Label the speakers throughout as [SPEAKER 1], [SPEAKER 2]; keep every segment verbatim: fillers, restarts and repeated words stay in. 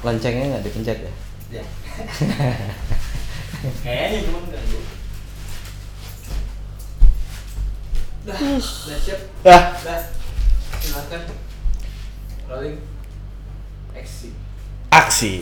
[SPEAKER 1] loncengnya nggak dipencet ya?
[SPEAKER 2] Ya. Kayaknya cuma nggak gue. Dah, dah siap.
[SPEAKER 3] Ah.
[SPEAKER 2] Dah. Silakan. Rolling. Action.
[SPEAKER 3] Aksi.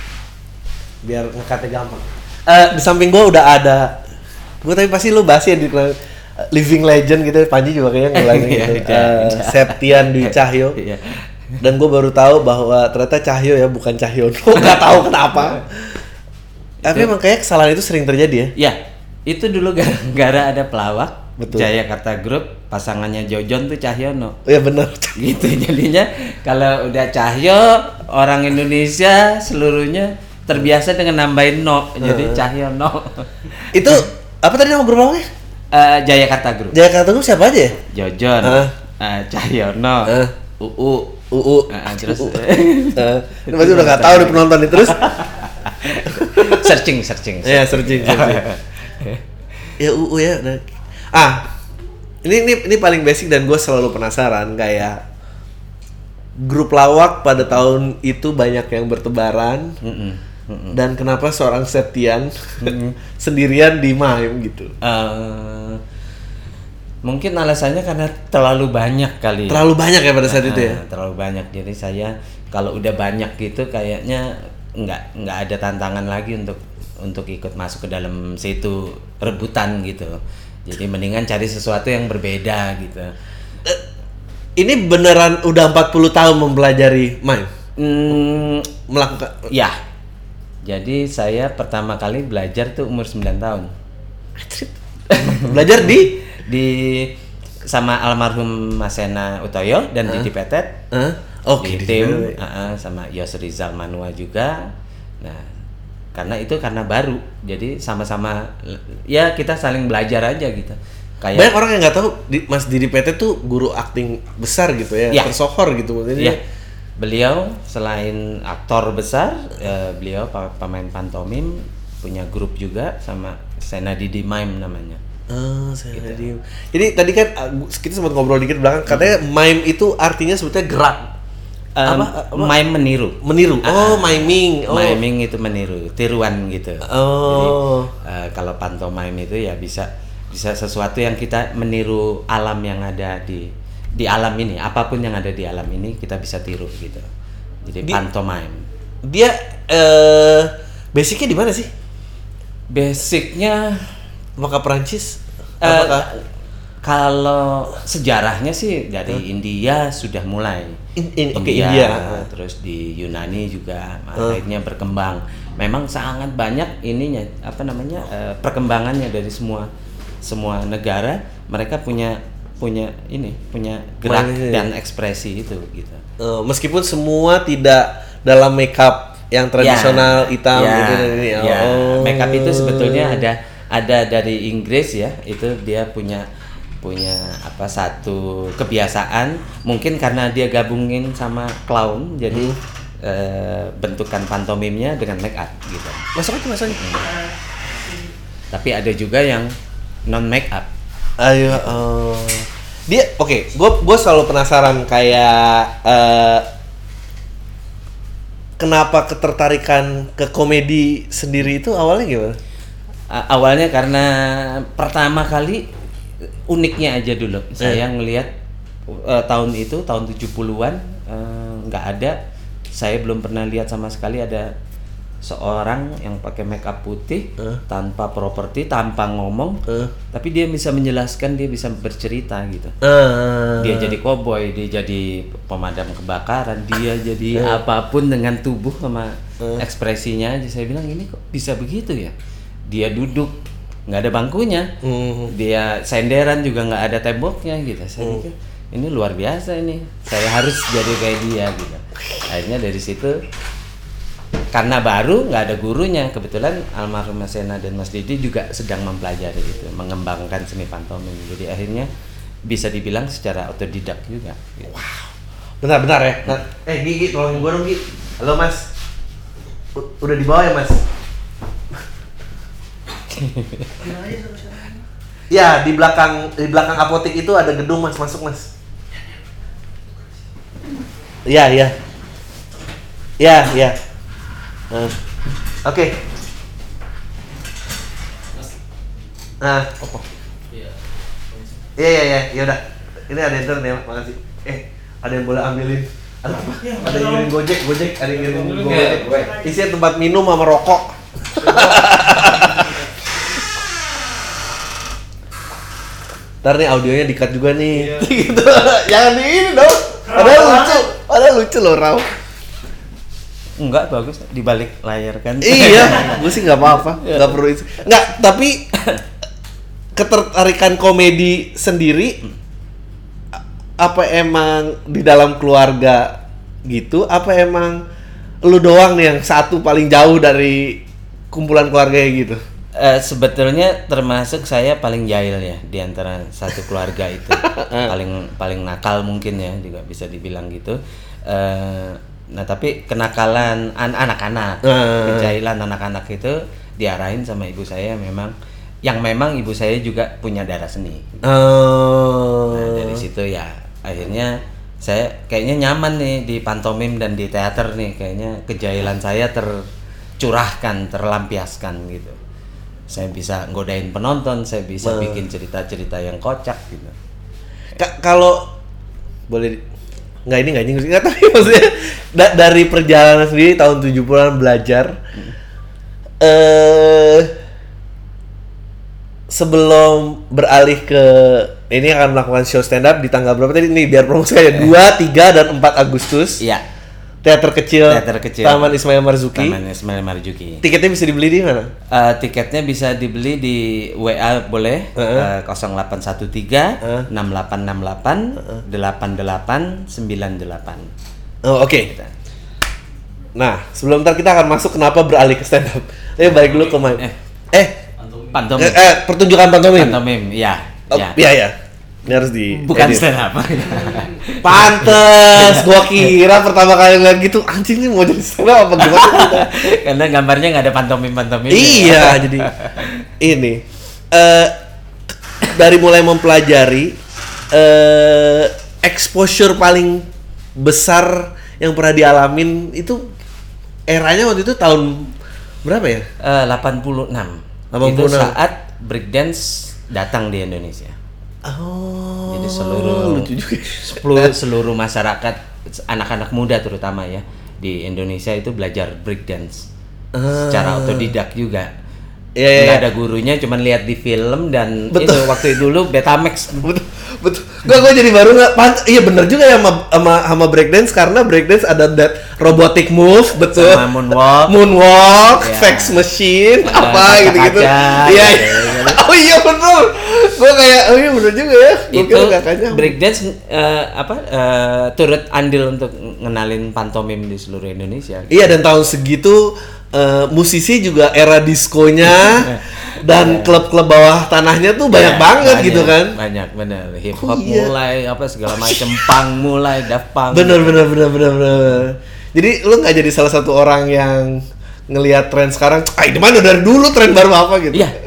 [SPEAKER 3] Biar ngekatnya gampang. Eh di samping gua udah ada. Gua tapi pasti lu bahas ya di Living Legend gitu. Panji juga kayaknya ngulangin gitu. Uh, Septian Dwi Cahyo.
[SPEAKER 1] Iya.
[SPEAKER 3] Dan gue baru tahu bahwa ternyata Cahyo ya bukan Cahyono. Nggak tahu kenapa. Tapi emang kayak kesalahan itu sering terjadi ya.
[SPEAKER 1] Ya, itu dulu gara-gara ada pelawak.
[SPEAKER 3] Betul.
[SPEAKER 1] Jayakarta Group, pasangannya Jojon tuh Cahyono.
[SPEAKER 3] Oh iya benar.
[SPEAKER 1] Gitu jadinya kalau udah Cahyo, orang Indonesia seluruhnya terbiasa dengan nambahin no. Jadi Cahyono.
[SPEAKER 3] Itu apa tadi nama grup lawaknya?
[SPEAKER 1] Uh, Jayakarta Group.
[SPEAKER 3] Jayakarta Group siapa aja ya?
[SPEAKER 1] Jojon,
[SPEAKER 3] Uh.
[SPEAKER 1] uh, Cahyono,
[SPEAKER 3] Uh.
[SPEAKER 1] Uu,
[SPEAKER 3] Uu.
[SPEAKER 1] uh, terus
[SPEAKER 3] Uh. Ini pasti udah nggak tahu nih penonton nih terus.
[SPEAKER 1] searching, searching.
[SPEAKER 3] Ya searching, searching. Ya Uu ya. Udah. Ah, ini ini ini paling basic dan gue selalu penasaran kayak grup lawak pada tahun itu banyak yang bertebaran.
[SPEAKER 1] Mm-mm. Mm-mm.
[SPEAKER 3] Dan kenapa seorang Septian sendirian di Mime gitu?
[SPEAKER 1] Uh, mungkin alasannya karena terlalu banyak kali.
[SPEAKER 3] Terlalu banyak ya pada saat
[SPEAKER 1] uh,
[SPEAKER 3] itu ya.
[SPEAKER 1] Terlalu banyak. Jadi saya kalau udah banyak gitu kayaknya nggak nggak ada tantangan lagi untuk untuk ikut masuk ke dalam situ rebutan gitu. Jadi mendingan cari sesuatu yang berbeda gitu.
[SPEAKER 3] Uh, ini beneran udah empat puluh tahun mempelajari Mime?
[SPEAKER 1] Hmm,
[SPEAKER 3] Melakukan?
[SPEAKER 1] ya. Jadi saya pertama kali belajar tuh umur sembilan tahun.
[SPEAKER 3] Belajar di?
[SPEAKER 1] Di sama almarhum Mas Sena Utoyo dan
[SPEAKER 3] uh.
[SPEAKER 1] Didi Petet.
[SPEAKER 3] Uh. Oke,
[SPEAKER 1] di tim uh, sama Yos Rizal Manua juga. Nah, karena itu karena baru. Jadi sama-sama ya kita saling belajar aja gitu. Kayak
[SPEAKER 3] banyak orang yang nggak tahu di, Mas Didi Petet tuh guru akting besar gitu ya,
[SPEAKER 1] ya.
[SPEAKER 3] tersohor gitu maksudnya.
[SPEAKER 1] Ya. Beliau selain aktor besar, eh, beliau pemain pantomim, punya grup juga sama Sena Didi Mime namanya.
[SPEAKER 3] Oh, Sena Didi. Jadi tadi kan kita sempat ngobrol dikit belakang, katanya hmm. mime itu artinya sebetulnya gerak.
[SPEAKER 1] Um, apa, apa? Mime meniru.
[SPEAKER 3] Meniru. Oh, uh, miming. Oh.
[SPEAKER 1] Miming itu meniru, tiruan gitu.
[SPEAKER 3] Oh.
[SPEAKER 1] Jadi uh, kalau pantomime itu ya bisa bisa sesuatu yang kita meniru alam yang ada di di alam ini, apapun yang ada di alam ini kita bisa tiru gitu. Jadi di, pantomime.
[SPEAKER 3] Dia eh basicnya di mana sih?
[SPEAKER 1] Basicnya
[SPEAKER 3] apakah Perancis?
[SPEAKER 1] Uh,
[SPEAKER 3] apakah
[SPEAKER 1] kalau sejarahnya sih dari hmm. India sudah mulai.
[SPEAKER 3] In, in, Oke, okay,
[SPEAKER 1] India,
[SPEAKER 3] India.
[SPEAKER 1] Terus di Yunani juga
[SPEAKER 3] hmm.
[SPEAKER 1] akhirnya berkembang. Memang sangat banyak ininya apa namanya uh, perkembangannya dari semua semua negara. Mereka punya punya ini punya gerak Mana, dan ekspresi itu gitu.
[SPEAKER 3] Uh, meskipun semua tidak dalam makeup yang tradisional ya, hitam
[SPEAKER 1] ya,
[SPEAKER 3] gitu ini.
[SPEAKER 1] Ya.
[SPEAKER 3] Oh.
[SPEAKER 1] Makeup itu sebetulnya ada ada dari Inggris ya. Itu dia punya punya apa satu kebiasaan. Mungkin karena dia gabungin sama clown jadi hmm. uh, bentukan pantomimnya dengan makeup gitu.
[SPEAKER 3] Masuk aja masuk aja.
[SPEAKER 1] Hmm. Tapi ada juga yang non makeup.
[SPEAKER 3] Ayo, uh, dia oke, okay, gue gue selalu penasaran kayak uh, kenapa ketertarikan ke komedi sendiri itu awalnya gimana?
[SPEAKER 1] Uh, awalnya karena pertama kali uniknya aja dulu, hmm. saya ngelihat uh, tahun itu tahun tujuh puluhan nggak uh, ada, saya belum pernah lihat sama sekali ada seorang yang pakai makeup putih uh. tanpa properti, tanpa ngomong, uh. tapi dia bisa menjelaskan, dia bisa bercerita gitu. Uh. Dia jadi koboi, dia jadi pemadam kebakaran, dia jadi uh. apapun dengan tubuh sama uh. ekspresinya aja. Saya bilang ini kok bisa begitu ya? Dia duduk, nggak ada bangkunya, uh. dia senderan juga nggak ada temboknya gitu. Saya pikir uh. ini luar biasa ini, saya harus jadi kayak dia gitu. Akhirnya dari situ. Karena baru nggak ada gurunya, kebetulan almarhum Mas Sena dan Mas Didi juga sedang mempelajari itu, mengembangkan seni pantomim. Jadi akhirnya bisa dibilang secara otodidak juga. Gitu.
[SPEAKER 3] Wow, benar-benar ya. Nah, eh Gigi, tolongin gue dong Gigi. Halo Mas, U- udah di bawah ya Mas? Ya di belakang di belakang apotek itu ada gedung Mas, masuk Mas. Iya iya. Iya iya. Uh, Oke. Okay. Nah,
[SPEAKER 2] Apa? Iya.
[SPEAKER 3] iya iya iya, ya udah. Ini ada yang turun ya, makasih. Eh, ada yang boleh ambilin. Ada apa? Ada yang ngirim Gojek, Gojek, ada yang ngirim Gojek. Isinya tempat minum sama rokok. Ntar nih audionya di-cut juga nih. Gitu. Jangan di ini dong. Padahal lucu. Padahal lucu loh, Rau.
[SPEAKER 1] Enggak, bagus di balik layar kan.
[SPEAKER 3] Iya, gue sih nggak apa-apa, nggak perlu itu. Nggak, tapi ketertarikan komedi sendiri apa emang di dalam keluarga gitu? Apa emang lu doang nih yang satu paling jauh dari kumpulan keluarga gitu?
[SPEAKER 1] Uh, sebetulnya termasuk saya paling jahil ya di antara satu keluarga itu. paling paling nakal mungkin ya, juga bisa dibilang gitu. Uh, nah tapi kenakalan an- anak-anak, uh. kejahilan anak-anak itu diarahin sama ibu saya memang, yang memang ibu saya juga punya darah seni.
[SPEAKER 3] Uh.
[SPEAKER 1] Nah dari situ ya akhirnya saya kayaknya nyaman nih di pantomim dan di teater nih, kayaknya kejahilan saya tercurahkan, terlampiaskan gitu. Saya bisa godain penonton, saya bisa uh. bikin cerita-cerita yang kocak gitu.
[SPEAKER 3] K- kalau boleh nggak ini nggak nyinggung, nggak tahu maksudnya da- dari perjalanan sendiri tahun tujuh puluhan belajar hmm. eh sebelum beralih ke ini akan melakukan show stand up di tanggal berapa tadi nih biar promosi aja dua, tiga dan empat Agustus.
[SPEAKER 1] Iya.
[SPEAKER 3] Teater kecil,
[SPEAKER 1] Teater kecil
[SPEAKER 3] Taman Ismail Marzuki.
[SPEAKER 1] Taman Ismail Marzuki.
[SPEAKER 3] Tiketnya bisa dibeli di mana?
[SPEAKER 1] Uh, tiketnya bisa dibeli di W A boleh
[SPEAKER 3] uh-uh. uh,
[SPEAKER 1] nol delapan satu tiga enam delapan enam delapan delapan delapan sembilan delapan.
[SPEAKER 3] Oh oke. Okay. Nah sebelum ntar kita akan masuk kenapa beralih ke stand up. Eh balik dulu ke main. Eh, eh
[SPEAKER 1] pantomim.
[SPEAKER 3] Eh, eh pertunjukan pantomim.
[SPEAKER 1] Pantomim, ya.
[SPEAKER 3] Oh,
[SPEAKER 1] ya.
[SPEAKER 3] Iya ya. Ini harus di
[SPEAKER 1] bukan edit. Stand up.
[SPEAKER 3] Pantes, gua kira pertama kali ngeliat gitu anjing nih mau jadi stand up apa gimana?
[SPEAKER 1] Karena gambarnya nggak ada pantomim-pantomim.
[SPEAKER 3] Iya, ya. Jadi ini uh, dari mulai mempelajari uh, exposure paling besar yang pernah dialamin itu eranya waktu itu tahun berapa ya?
[SPEAKER 1] Uh, delapan puluh enam.
[SPEAKER 3] delapan puluh enam.
[SPEAKER 1] Itu saat breakdance datang di Indonesia.
[SPEAKER 3] Oh.
[SPEAKER 1] Jadi seluruh
[SPEAKER 3] lucu juga.
[SPEAKER 1] seluruh, seluruh masyarakat, anak-anak muda terutama ya di Indonesia itu belajar breakdance ah. secara otodidak juga.
[SPEAKER 3] Iya, iya,
[SPEAKER 1] nggak
[SPEAKER 3] iya.
[SPEAKER 1] ada gurunya, cuman lihat di film dan
[SPEAKER 3] betul.
[SPEAKER 1] itu waktu itu dulu Betamax.
[SPEAKER 3] Betul, betul. Gue gue jadi baru nggak pan. Iya bener juga ya sama sama, sama breakdance karena breakdance ada that robotic move betul.
[SPEAKER 1] Sama moonwalk,
[SPEAKER 3] moonwalk,
[SPEAKER 1] ya.
[SPEAKER 3] fax machine,
[SPEAKER 1] uh,
[SPEAKER 3] apa gitu-gitu. Iya. Oh iya betul. Gue kayak oh iya bener juga ya. Gua
[SPEAKER 1] itu
[SPEAKER 3] kakaknya.
[SPEAKER 1] breakdance uh, apa uh, turut andil untuk ngenalin pantomim di seluruh Indonesia.
[SPEAKER 3] Iya dan tahun segitu uh, musisi juga era diskonya dan klub-klub bawah tanahnya tuh banyak ya, banget banyak, gitu kan.
[SPEAKER 1] Banyak bener. Hip hop
[SPEAKER 3] oh, iya.
[SPEAKER 1] mulai apa segala macam punk mulai Daft Punk.
[SPEAKER 3] Bener bener bener bener bener. Jadi lu nggak jadi salah satu orang yang ngelihat tren sekarang. Ah ini mana dari dulu tren baru apa gitu.
[SPEAKER 1] Iya.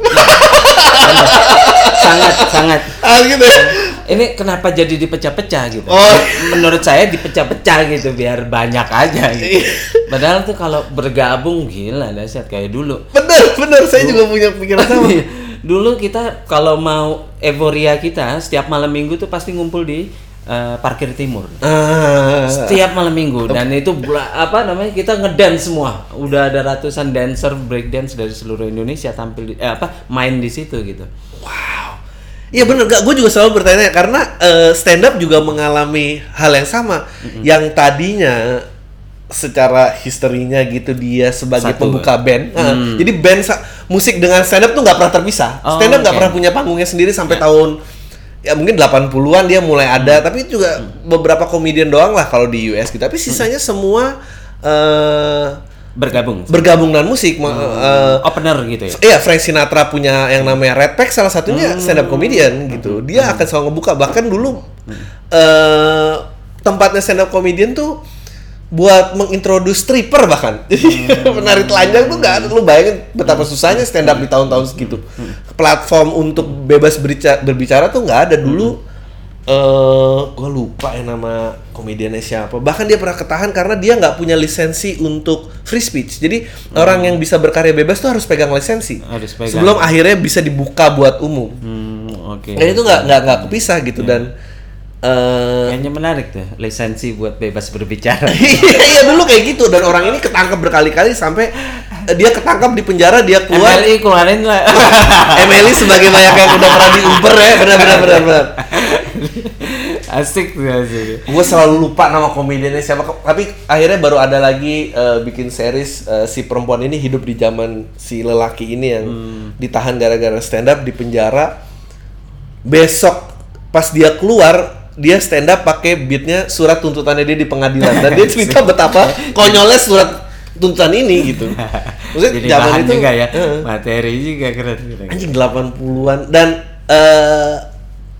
[SPEAKER 1] sangat sangat
[SPEAKER 3] ah gitu ya?
[SPEAKER 1] Ini kenapa jadi dipecah-pecah gitu.
[SPEAKER 3] Oh.
[SPEAKER 1] Menurut saya dipecah-pecah gitu biar banyak aja gitu. Padahal tuh kalau bergabung gila dahsyat kayak dulu.
[SPEAKER 3] Bener bener saya dulu, juga punya pikiran sama.
[SPEAKER 1] Dulu kita kalau mau euforia kita setiap malam minggu tuh pasti ngumpul di uh, parkir timur.
[SPEAKER 3] Ah.
[SPEAKER 1] Setiap malam minggu dan itu apa namanya kita ngedance semua. Udah ada ratusan dancer breakdance dari seluruh Indonesia tampil di, eh, apa main di situ gitu.
[SPEAKER 3] Wow. Iya bener gak, gue juga selalu bertanya karena uh, stand up juga mengalami hal yang sama. Mm-hmm. Yang tadinya secara historinya gitu dia sebagai Satu, pembuka band. Hmm. Uh, jadi band sa- musik dengan stand up tuh nggak pernah terpisah. Oh, stand up nggak okay. pernah punya panggungnya sendiri sampai yeah. tahun ya mungkin delapan puluhan dia mulai ada, hmm. tapi juga hmm. beberapa komedian doang lah kalau di U S gitu. Tapi sisanya hmm. semua uh,
[SPEAKER 1] bergabung
[SPEAKER 3] bergabung dengan musik. Hmm. Uh,
[SPEAKER 1] opener gitu ya.
[SPEAKER 3] Iya, Frank Sinatra punya yang namanya Red Pack salah satunya hmm. stand up comedian gitu. Dia hmm. akan selalu ngebuka bahkan dulu hmm. uh, tempatnya stand up comedian tuh buat mengintroduce stripper bahkan. Jadi hmm. penari telanjang tuh nggak ada. Lu bayangin betapa susahnya stand up di tahun-tahun segitu. Platform untuk bebas berbicara, berbicara tuh nggak ada dulu. eh gue lupa ya nama komediannya siapa. Bahkan dia pernah ketahan karena dia nggak punya lisensi untuk free speech. Jadi hmm. orang yang bisa berkarya bebas tuh harus pegang lisensi.
[SPEAKER 1] Harus pegang.
[SPEAKER 3] Sebelum akhirnya bisa dibuka buat umum.
[SPEAKER 1] Hmm, oke. Okay.
[SPEAKER 3] Dan itu nggak nggak nggak kepisah gitu yeah. dan uh,
[SPEAKER 1] kayaknya menarik tuh lisensi buat bebas berbicara.
[SPEAKER 3] Iya dulu kayak gitu dan orang ini ketangkep berkali-kali sampai uh, dia ketangkap di penjara dia keluar.
[SPEAKER 1] M L I keluarin lah.
[SPEAKER 3] M L I sebagai banyak yang udah pernah di Uber ya benar-benar benar-benar.
[SPEAKER 1] Asik tuh asik.
[SPEAKER 3] Gue selalu lupa nama komediannya siapa, tapi akhirnya baru ada lagi uh, bikin series uh, si perempuan ini hidup di zaman si lelaki ini yang hmm. ditahan gara-gara stand up di penjara. Besok pas dia keluar dia stand up pakai beatnya surat tuntutannya dia di pengadilan dan dia cerita betapa konyolnya surat tuntutan ini gitu. Maksudnya
[SPEAKER 1] jadi
[SPEAKER 3] zaman
[SPEAKER 1] bahan
[SPEAKER 3] itu
[SPEAKER 1] juga ya,
[SPEAKER 3] uh,
[SPEAKER 1] materi juga keren.
[SPEAKER 3] Anjing delapan puluhan dan uh,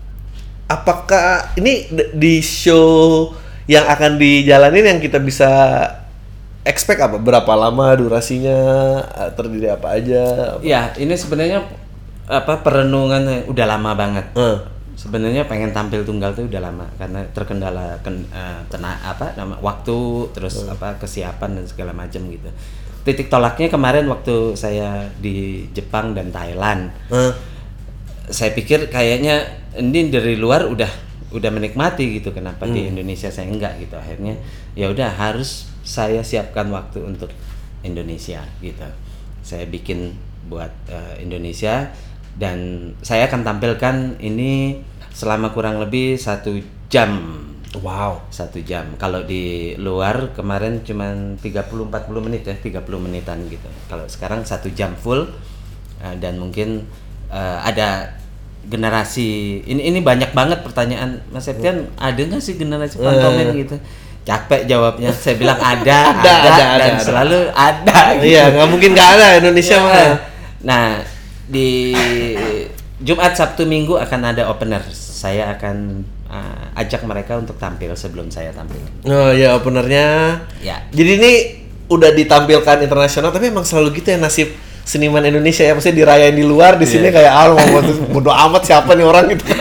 [SPEAKER 3] apakah ini di show yang akan dijalanin yang kita bisa expect apa? Berapa lama durasinya? Terdiri apa aja? Apa?
[SPEAKER 1] Ya, ini sebenarnya apa perenungan udah lama banget. Hmm. Sebenarnya pengen tampil tunggal tuh udah lama karena terkendala ken, uh, kena apa nama waktu terus hmm. apa kesiapan dan segala macam gitu. Titik tolaknya kemarin waktu saya di Jepang dan Thailand. Hmm. Saya pikir kayaknya ini dari luar udah udah menikmati gitu, kenapa hmm. di Indonesia saya enggak gitu. Akhirnya ya udah harus saya siapkan waktu untuk Indonesia gitu. Saya bikin buat uh, Indonesia dan saya akan tampilkan ini selama kurang lebih satu jam.
[SPEAKER 3] Wow,
[SPEAKER 1] satu jam. Kalau di luar kemarin cuman tiga puluh sampai empat puluh menit ya, tiga puluh menitan gitu. Kalau sekarang satu jam full uh, dan mungkin uh, ada generasi ini ini banyak banget pertanyaan Mas Septian, ada nggak sih generasi pantomim gitu? Capek jawabnya. Saya bilang ada, ada, ada, ada dan ada, selalu ada. Gitu.
[SPEAKER 3] Iya, nggak mungkin nggak ada Indonesia
[SPEAKER 1] ya.
[SPEAKER 3] mah.
[SPEAKER 1] Nah di Jumat, Sabtu, Minggu akan ada opener. Saya akan uh, ajak mereka untuk tampil sebelum saya tampil.
[SPEAKER 3] Oh ya openernya.
[SPEAKER 1] Ya.
[SPEAKER 3] Jadi ini udah ditampilkan internasional, tapi emang selalu gitu ya nasib seniman Indonesia ya, maksudnya dirayain di luar, di sini yeah. kayak ah mau bodo amat siapa nih orang gitu.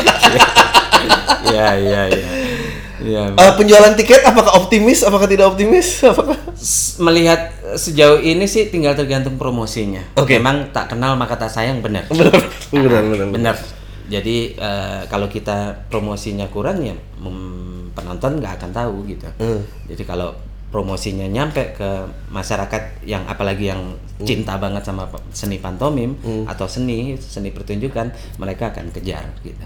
[SPEAKER 1] Iya iya iya. Iya.
[SPEAKER 3] Penjualan tiket apakah optimis, apakah tidak optimis? Apakah
[SPEAKER 1] melihat sejauh ini sih tinggal tergantung promosinya. Oke. Okay. Memang tak kenal maka tak sayang, benar.
[SPEAKER 3] Benar benar benar.
[SPEAKER 1] Benar. Jadi uh, kalau kita promosinya kurang ya mem- penonton nggak akan tahu gitu. Hmm. Jadi kalau promosinya nyampe ke masyarakat yang apalagi yang cinta hmm. banget sama seni pantomim hmm. atau seni seni pertunjukan, mereka akan kejar gitu.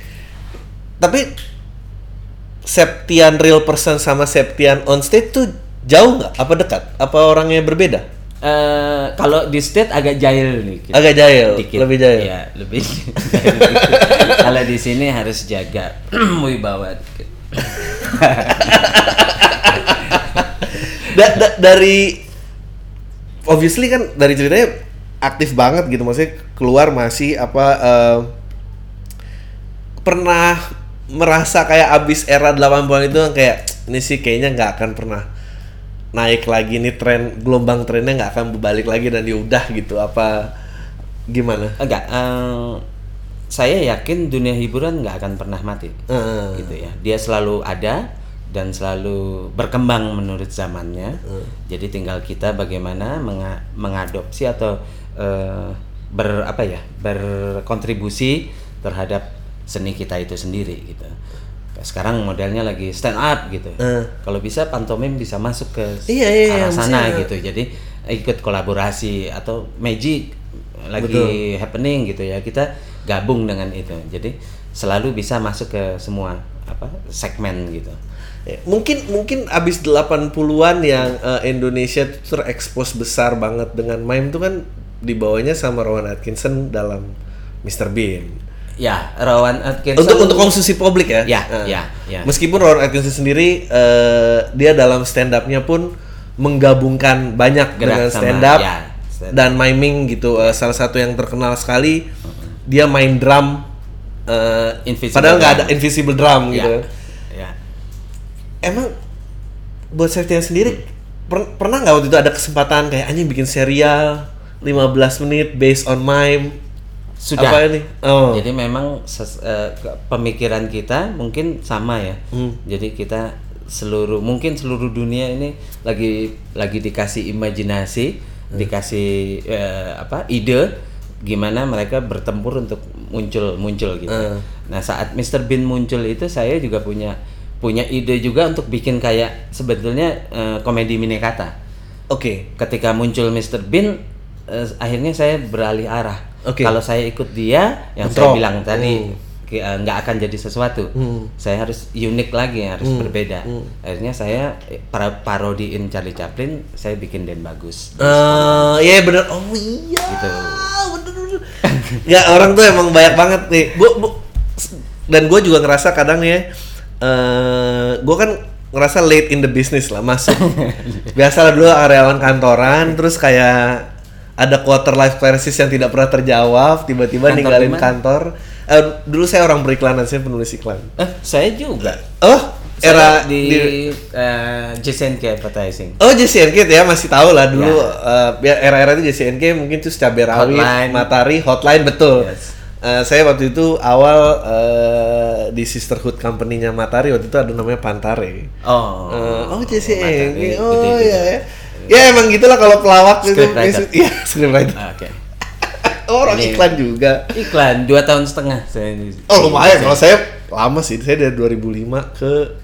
[SPEAKER 3] Tapi Septian real person sama Septian on stage tuh jauh nggak? Apa dekat? Apa orangnya berbeda?
[SPEAKER 1] Uh, kalau di stage agak jahil nih. Gitu.
[SPEAKER 3] Agak jahil,
[SPEAKER 1] dikit.
[SPEAKER 3] Lebih jahil.
[SPEAKER 1] Ya, lebih. Kalau di sini harus jaga wibawa.
[SPEAKER 3] Da- da- dari obviously kan dari ceritanya aktif banget gitu, maksudnya keluar masih apa uh, pernah merasa kayak abis era delapan puluhan itu kan kayak ini sih kayaknya nggak akan pernah naik lagi nih, tren gelombang trennya nggak akan berbalik lagi dan yaudah gitu, apa gimana?
[SPEAKER 1] Enggak, uh, saya yakin dunia hiburan nggak akan pernah mati uh. gitu ya, dia selalu ada dan selalu berkembang menurut zamannya. Hmm. Jadi tinggal kita bagaimana menga- mengadopsi atau uh, ber apa ya berkontribusi terhadap seni kita itu sendiri gitu. Sekarang modelnya lagi stand up gitu. Hmm. Kalau bisa pantomim bisa masuk ke
[SPEAKER 3] iya, iya,
[SPEAKER 1] arah sana
[SPEAKER 3] iya.
[SPEAKER 1] gitu. Jadi ikut kolaborasi atau magic lagi Betul. happening gitu ya. Kita gabung dengan itu. Jadi selalu bisa masuk ke semua apa segmen gitu.
[SPEAKER 3] Ya, mungkin mungkin abis delapan puluhan yang uh, Indonesia terekspos besar banget dengan mime itu kan dibawanya sama Rowan Atkinson dalam mister Bean.
[SPEAKER 1] Ya, Rowan Atkinson
[SPEAKER 3] untuk untuk konsumsi publik ya.
[SPEAKER 1] Ya,
[SPEAKER 3] uh,
[SPEAKER 1] ya, ya.
[SPEAKER 3] Meskipun Rowan Atkinson sendiri uh, dia dalam stand up-nya pun menggabungkan banyak Gerak dengan stand up, ya, stand up dan miming gitu. Uh, salah satu yang terkenal sekali uh-huh. dia main drum uh, padahal nggak ada invisible drum ya. gitu. Emang buat Septian sendiri per- pernah nggak waktu itu ada kesempatan kayak anjing bikin serial lima belas menit based on mime?
[SPEAKER 1] Sudah.
[SPEAKER 3] Apa ini? Oh.
[SPEAKER 1] Jadi memang ses, eh, ke- pemikiran kita mungkin sama ya.
[SPEAKER 3] Hmm.
[SPEAKER 1] Jadi kita seluruh mungkin seluruh dunia ini lagi lagi dikasih imajinasi,
[SPEAKER 3] Hmm.
[SPEAKER 1] dikasih eh, apa ide gimana mereka bertempur untuk muncul muncul gitu.
[SPEAKER 3] Hmm.
[SPEAKER 1] Nah saat mister Bean muncul itu saya juga punya punya ide juga untuk bikin kayak sebetulnya eh, komedi Minekata.
[SPEAKER 3] Oke.
[SPEAKER 1] Ketika muncul mister Bean, eh, akhirnya saya beralih arah.
[SPEAKER 3] Oke.
[SPEAKER 1] Kalau saya ikut dia, yang
[SPEAKER 3] Bentrok.
[SPEAKER 1] saya bilang tadi
[SPEAKER 3] Hmm.
[SPEAKER 1] ki- eh, nggak akan jadi sesuatu.
[SPEAKER 3] Hmm.
[SPEAKER 1] Saya harus unik lagi, harus
[SPEAKER 3] Hmm.
[SPEAKER 1] berbeda.
[SPEAKER 3] Hmm.
[SPEAKER 1] Akhirnya saya eh, para parodiin Charlie Chaplin, saya bikin Den Bagus.
[SPEAKER 3] Eh, iya bener. Oh iya.
[SPEAKER 1] Gitu.
[SPEAKER 3] Bener bener. Ya orang tuh emang banyak banget nih. Gua, gua- dan gue juga ngerasa kadang ya, eh gue kan ngerasa late in the business lah masuk. Biasalah dulu karyawan kantoran, terus kayak ada quarter life crisis yang tidak pernah terjawab, tiba-tiba
[SPEAKER 1] Kantor
[SPEAKER 3] ninggalin
[SPEAKER 1] di mana?
[SPEAKER 3] kantor. Eh, dulu saya orang periklanan, saya penulis iklan.
[SPEAKER 1] Eh, saya juga.
[SPEAKER 3] Oh,
[SPEAKER 1] Saya
[SPEAKER 3] era
[SPEAKER 1] di,
[SPEAKER 3] di-
[SPEAKER 1] eh, J C N K Advertising.
[SPEAKER 3] Oh, J C N K ya, masih tahu lah dulu
[SPEAKER 1] Ya.
[SPEAKER 3] eh, era-era itu J C N K mungkin tuh cabai rawit,
[SPEAKER 1] Hotline.
[SPEAKER 3] Matahari, Hotline betul.
[SPEAKER 1] Yes.
[SPEAKER 3] Eh, saya waktu itu awal eh, di sisterhood company-nya Matahari waktu itu ada namanya Pantare.
[SPEAKER 1] Oh.
[SPEAKER 3] Eh, oh J C N K.
[SPEAKER 1] Matahari,
[SPEAKER 3] Oh
[SPEAKER 1] gede-gede.
[SPEAKER 3] iya ya. Ya emang gitulah kalau pelawak itu.
[SPEAKER 1] Scriptwriter.
[SPEAKER 3] Iya, scriptwriter.
[SPEAKER 1] Ah, Oke.
[SPEAKER 3] Oh, orang
[SPEAKER 1] Ini-
[SPEAKER 3] iklan juga.
[SPEAKER 1] Iklan dua tahun setengah saya. di-
[SPEAKER 3] Oh lumayan, kalau saya lama sih, saya dari dua ribu lima ke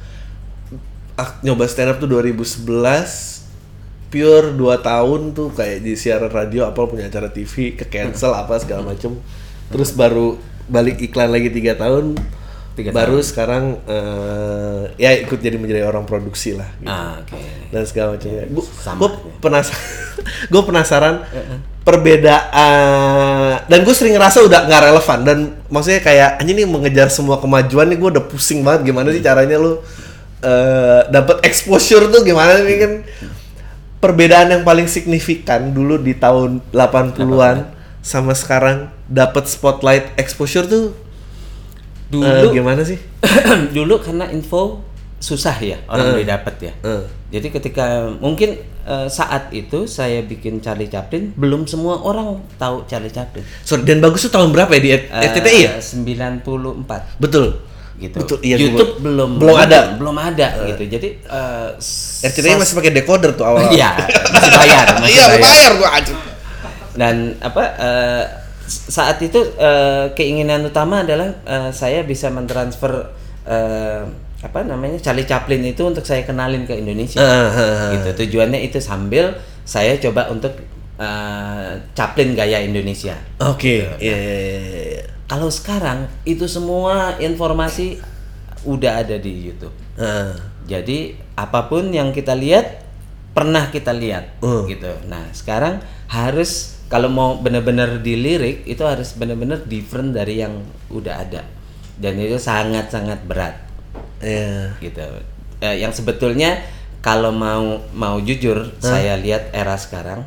[SPEAKER 3] ah, nyoba stand up tuh dua ribu sebelas, pure dua tahun tuh kayak di siaran radio apa punya acara T V ke cancel apa segala macem, terus baru balik iklan lagi tiga tahun,
[SPEAKER 1] Tiga
[SPEAKER 3] baru
[SPEAKER 1] tahun.
[SPEAKER 3] sekarang eh, ya ikut jadi menjadi orang produksi lah gitu.
[SPEAKER 1] Ah, oke.
[SPEAKER 3] Dan segala macamnya. Gue
[SPEAKER 1] Sama.
[SPEAKER 3] penasaran, gue penasaran perbedaan, dan gue sering ngerasa udah nggak relevan, dan maksudnya kayak anjing nih mengejar semua kemajuan nih gue udah pusing banget gimana sih caranya lu eh dapat exposure tuh gimana nih kan. Perbedaan yang paling signifikan dulu di tahun delapan puluhan sama sekarang dapat spotlight exposure tuh
[SPEAKER 1] Dulu
[SPEAKER 3] eh, gimana sih?
[SPEAKER 1] dulu karena info susah ya orang
[SPEAKER 3] Eh.
[SPEAKER 1] udah dapat ya.
[SPEAKER 3] Eh.
[SPEAKER 1] Jadi ketika mungkin eh, saat itu saya bikin Charlie Chaplin, belum semua orang tahu Charlie Chaplin.
[SPEAKER 3] Sorry, dan bagus tuh tahun berapa ya di R T T I ya?
[SPEAKER 1] Eh, sembilan puluh empat
[SPEAKER 3] Betul.
[SPEAKER 1] gitu.
[SPEAKER 3] Betul, iya,
[SPEAKER 1] YouTube
[SPEAKER 3] gua-
[SPEAKER 1] belum
[SPEAKER 3] belum ada.
[SPEAKER 1] belum ada gitu. Jadi eh,
[SPEAKER 3] R T T I masih pakai decoder tuh awal.
[SPEAKER 1] Iya, masih bayar, masih
[SPEAKER 3] Iya,
[SPEAKER 1] bayar.
[SPEAKER 3] bayar gua aja.
[SPEAKER 1] Dan apa eh, saat itu eh, keinginan utama adalah eh, saya bisa mentransfer eh, apa namanya Charlie Chaplin itu untuk saya kenalin ke Indonesia.
[SPEAKER 3] Ah, ah, ah.
[SPEAKER 1] Gitu. Tujuannya itu sambil saya coba untuk eh, Chaplin gaya Indonesia.
[SPEAKER 3] Oke, iya iya iya, iya.
[SPEAKER 1] Kalau sekarang itu semua informasi udah ada di YouTube.
[SPEAKER 3] Ah.
[SPEAKER 1] Jadi apapun yang kita lihat pernah kita lihat
[SPEAKER 3] Uh.
[SPEAKER 1] gitu. Nah, sekarang harus kalau mau benar-benar dilirik itu harus benar-benar different dari yang udah ada. Dan itu sangat-sangat berat
[SPEAKER 3] Iya.
[SPEAKER 1] gitu. Eh, yang sebetulnya kalau mau mau jujur saya lihat era sekarang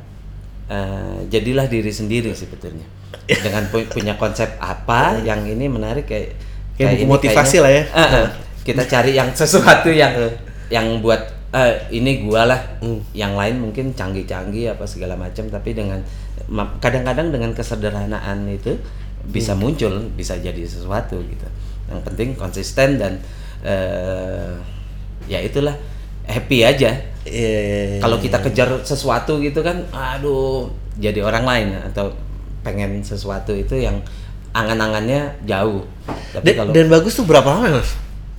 [SPEAKER 1] eh, jadilah diri sendiri sebetulnya. Dengan pu- punya konsep apa yang ini menarik kayak
[SPEAKER 3] Kayak buku
[SPEAKER 1] ini
[SPEAKER 3] motivasi
[SPEAKER 1] kayaknya,
[SPEAKER 3] lah ya.
[SPEAKER 1] eh, eh, kita cari yang sesuatu yang yang buat eh, ini gua lah. Yang lain mungkin canggih-canggih apa segala macam, tapi dengan ma- kadang-kadang dengan kesederhanaan itu bisa muncul, bisa jadi sesuatu gitu. Yang penting konsisten dan eh, ya itulah happy aja.
[SPEAKER 3] Iya, iya, iya.
[SPEAKER 1] Kalau kita kejar sesuatu gitu kan, aduh, jadi orang lain atau pengen sesuatu itu yang angan-angannya jauh. Tapi
[SPEAKER 3] Dan,
[SPEAKER 1] kalau
[SPEAKER 3] dan bagus tuh berapa lama ya, Mas?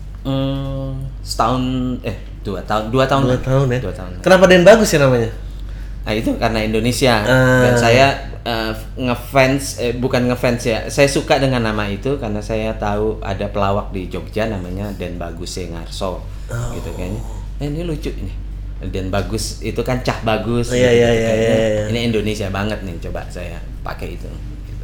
[SPEAKER 1] hmm, setahun eh dua tahun dua tahun
[SPEAKER 3] Dua
[SPEAKER 1] lah.
[SPEAKER 3] tahun ya.
[SPEAKER 1] Dua tahun.
[SPEAKER 3] Kenapa Dan Bagus ya namanya?
[SPEAKER 1] Nah itu karena Indonesia
[SPEAKER 3] Ah.
[SPEAKER 1] dan saya eh, ngefans eh, bukan ngefans ya, saya suka dengan nama itu karena saya tahu ada pelawak di Jogja namanya Den Bagus Sengarso gitu kayaknya. Eh, ini lucu ini. Den Bagus itu kan Cah Bagus.
[SPEAKER 3] Iya, iya, iya,
[SPEAKER 1] kayaknya.
[SPEAKER 3] iya, iya.
[SPEAKER 1] Ini Indonesia banget nih, coba saya pakai itu. Gitu.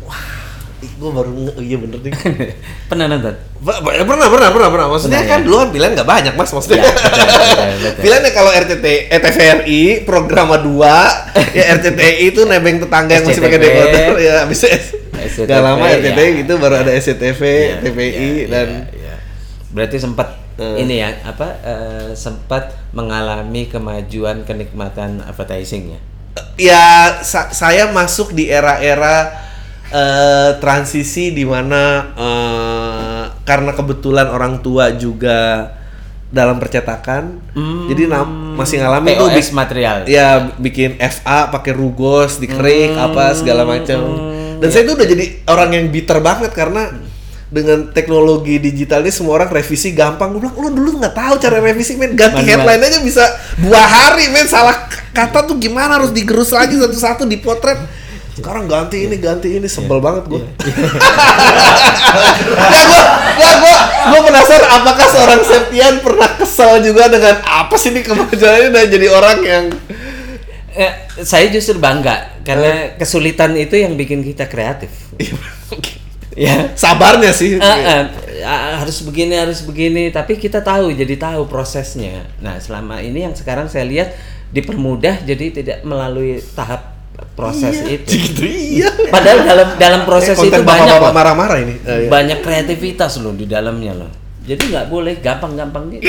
[SPEAKER 3] Ih, gua baru nge- oh, iya bener nih.
[SPEAKER 1] Pernah nonton?
[SPEAKER 3] Ba- ba- pernah, pernah, pernah, pernah. Maksudnya
[SPEAKER 1] Pernah,
[SPEAKER 3] kan
[SPEAKER 1] ya?
[SPEAKER 3] dulu kan pilihan nggak banyak, Mas. Maksudnya.
[SPEAKER 1] Iya, betul, betul, betul.
[SPEAKER 3] Pilihannya kalau R T T, eh, T V R I, Programa dua, ya R T T I itu nebeng tetangga yang masih pakai
[SPEAKER 1] S C T V.
[SPEAKER 3] dekoder, ya habis
[SPEAKER 1] S C T V,
[SPEAKER 3] nggak lama R T T I
[SPEAKER 1] ya.
[SPEAKER 3] gitu baru ada S C T V,
[SPEAKER 1] Iya,
[SPEAKER 3] T V I
[SPEAKER 1] iya,
[SPEAKER 3] dan
[SPEAKER 1] iya, iya. Berarti sempat
[SPEAKER 3] Eh.
[SPEAKER 1] ini ya apa eh, sempat mengalami kemajuan kenikmatan advertising ya.
[SPEAKER 3] ya sa- saya masuk di era-era uh, transisi di mana uh, karena kebetulan orang tua juga dalam percetakan,
[SPEAKER 1] Hmm,
[SPEAKER 3] jadi nam- masih ngalamin
[SPEAKER 1] P O
[SPEAKER 3] tuh
[SPEAKER 1] S
[SPEAKER 3] bik-
[SPEAKER 1] material.
[SPEAKER 3] ya bikin F A pakai rugos, dikerik
[SPEAKER 1] Hmm,
[SPEAKER 3] apa segala macam. Dan
[SPEAKER 1] ya.
[SPEAKER 3] saya tuh udah jadi orang yang bitter banget karena dengan teknologi digital ini semua orang revisi gampang. Gue bilang, lu dulu nggak tahu cara revisi, men, ganti
[SPEAKER 1] Manual.
[SPEAKER 3] headline aja bisa dua hari, men. Salah k- kata tuh gimana harus digerus lagi satu-satu, dipotret. Sekarang ganti ini, ganti ini, sebel banget gue. Ya gue, ya gue, gue penasaran apakah seorang Septian pernah kesal juga dengan apa sih ini kemajuan ini dan jadi orang yang
[SPEAKER 1] Eh, saya justru bangga karena kesulitan itu yang bikin kita kreatif. Ya.
[SPEAKER 3] sabarnya sih.
[SPEAKER 1] Eh, eh, ah, harus begini harus begini tapi kita tahu jadi tahu prosesnya. Nah selama ini yang sekarang saya lihat dipermudah jadi tidak melalui tahap proses
[SPEAKER 3] Iya,
[SPEAKER 1] itu.
[SPEAKER 3] gitu, iya.
[SPEAKER 1] Padahal dalam dalam proses
[SPEAKER 3] Eh,
[SPEAKER 1] itu
[SPEAKER 3] konten
[SPEAKER 1] banyak
[SPEAKER 3] bapak-bapak
[SPEAKER 1] loh.
[SPEAKER 3] marah-marah ini. Eh, iya.
[SPEAKER 1] Banyak kreativitas loh di dalamnya loh. Jadi nggak boleh gampang-gampang gitu.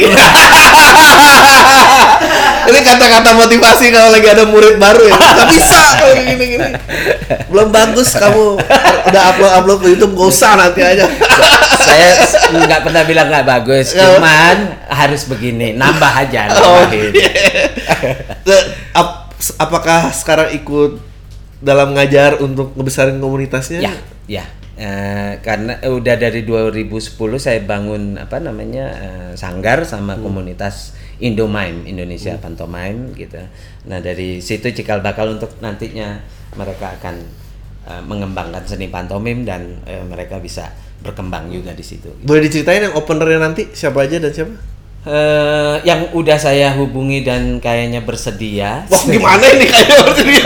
[SPEAKER 3] Ini kata-kata motivasi kalau lagi ada murid baru ya. Gak bisa kalau gini-gini. Belum bagus kamu udah upload-upload ke YouTube, gak usah nanti aja.
[SPEAKER 1] Saya nggak pernah bilang nggak bagus, cuman harus begini, nambah aja,
[SPEAKER 3] Oh,
[SPEAKER 1] nambahin.
[SPEAKER 3] iya. Ap- apakah sekarang ikut dalam ngajar untuk ngebesarin komunitasnya?
[SPEAKER 1] Ya, ya. Eh, karena eh, udah dari dua ribu sepuluh saya bangun apa namanya eh, sanggar sama komunitas Indomime, Indonesia Pantomime gitu. Nah dari situ cikal bakal untuk nantinya mereka akan eh, mengembangkan seni pantomim dan eh, mereka bisa berkembang juga di situ.
[SPEAKER 3] Boleh diceritain yang openernya nanti siapa aja dan siapa?
[SPEAKER 1] Eh, yang udah saya hubungi dan kayaknya bersedia.
[SPEAKER 3] Wah gimana ini kayaknya bersedia?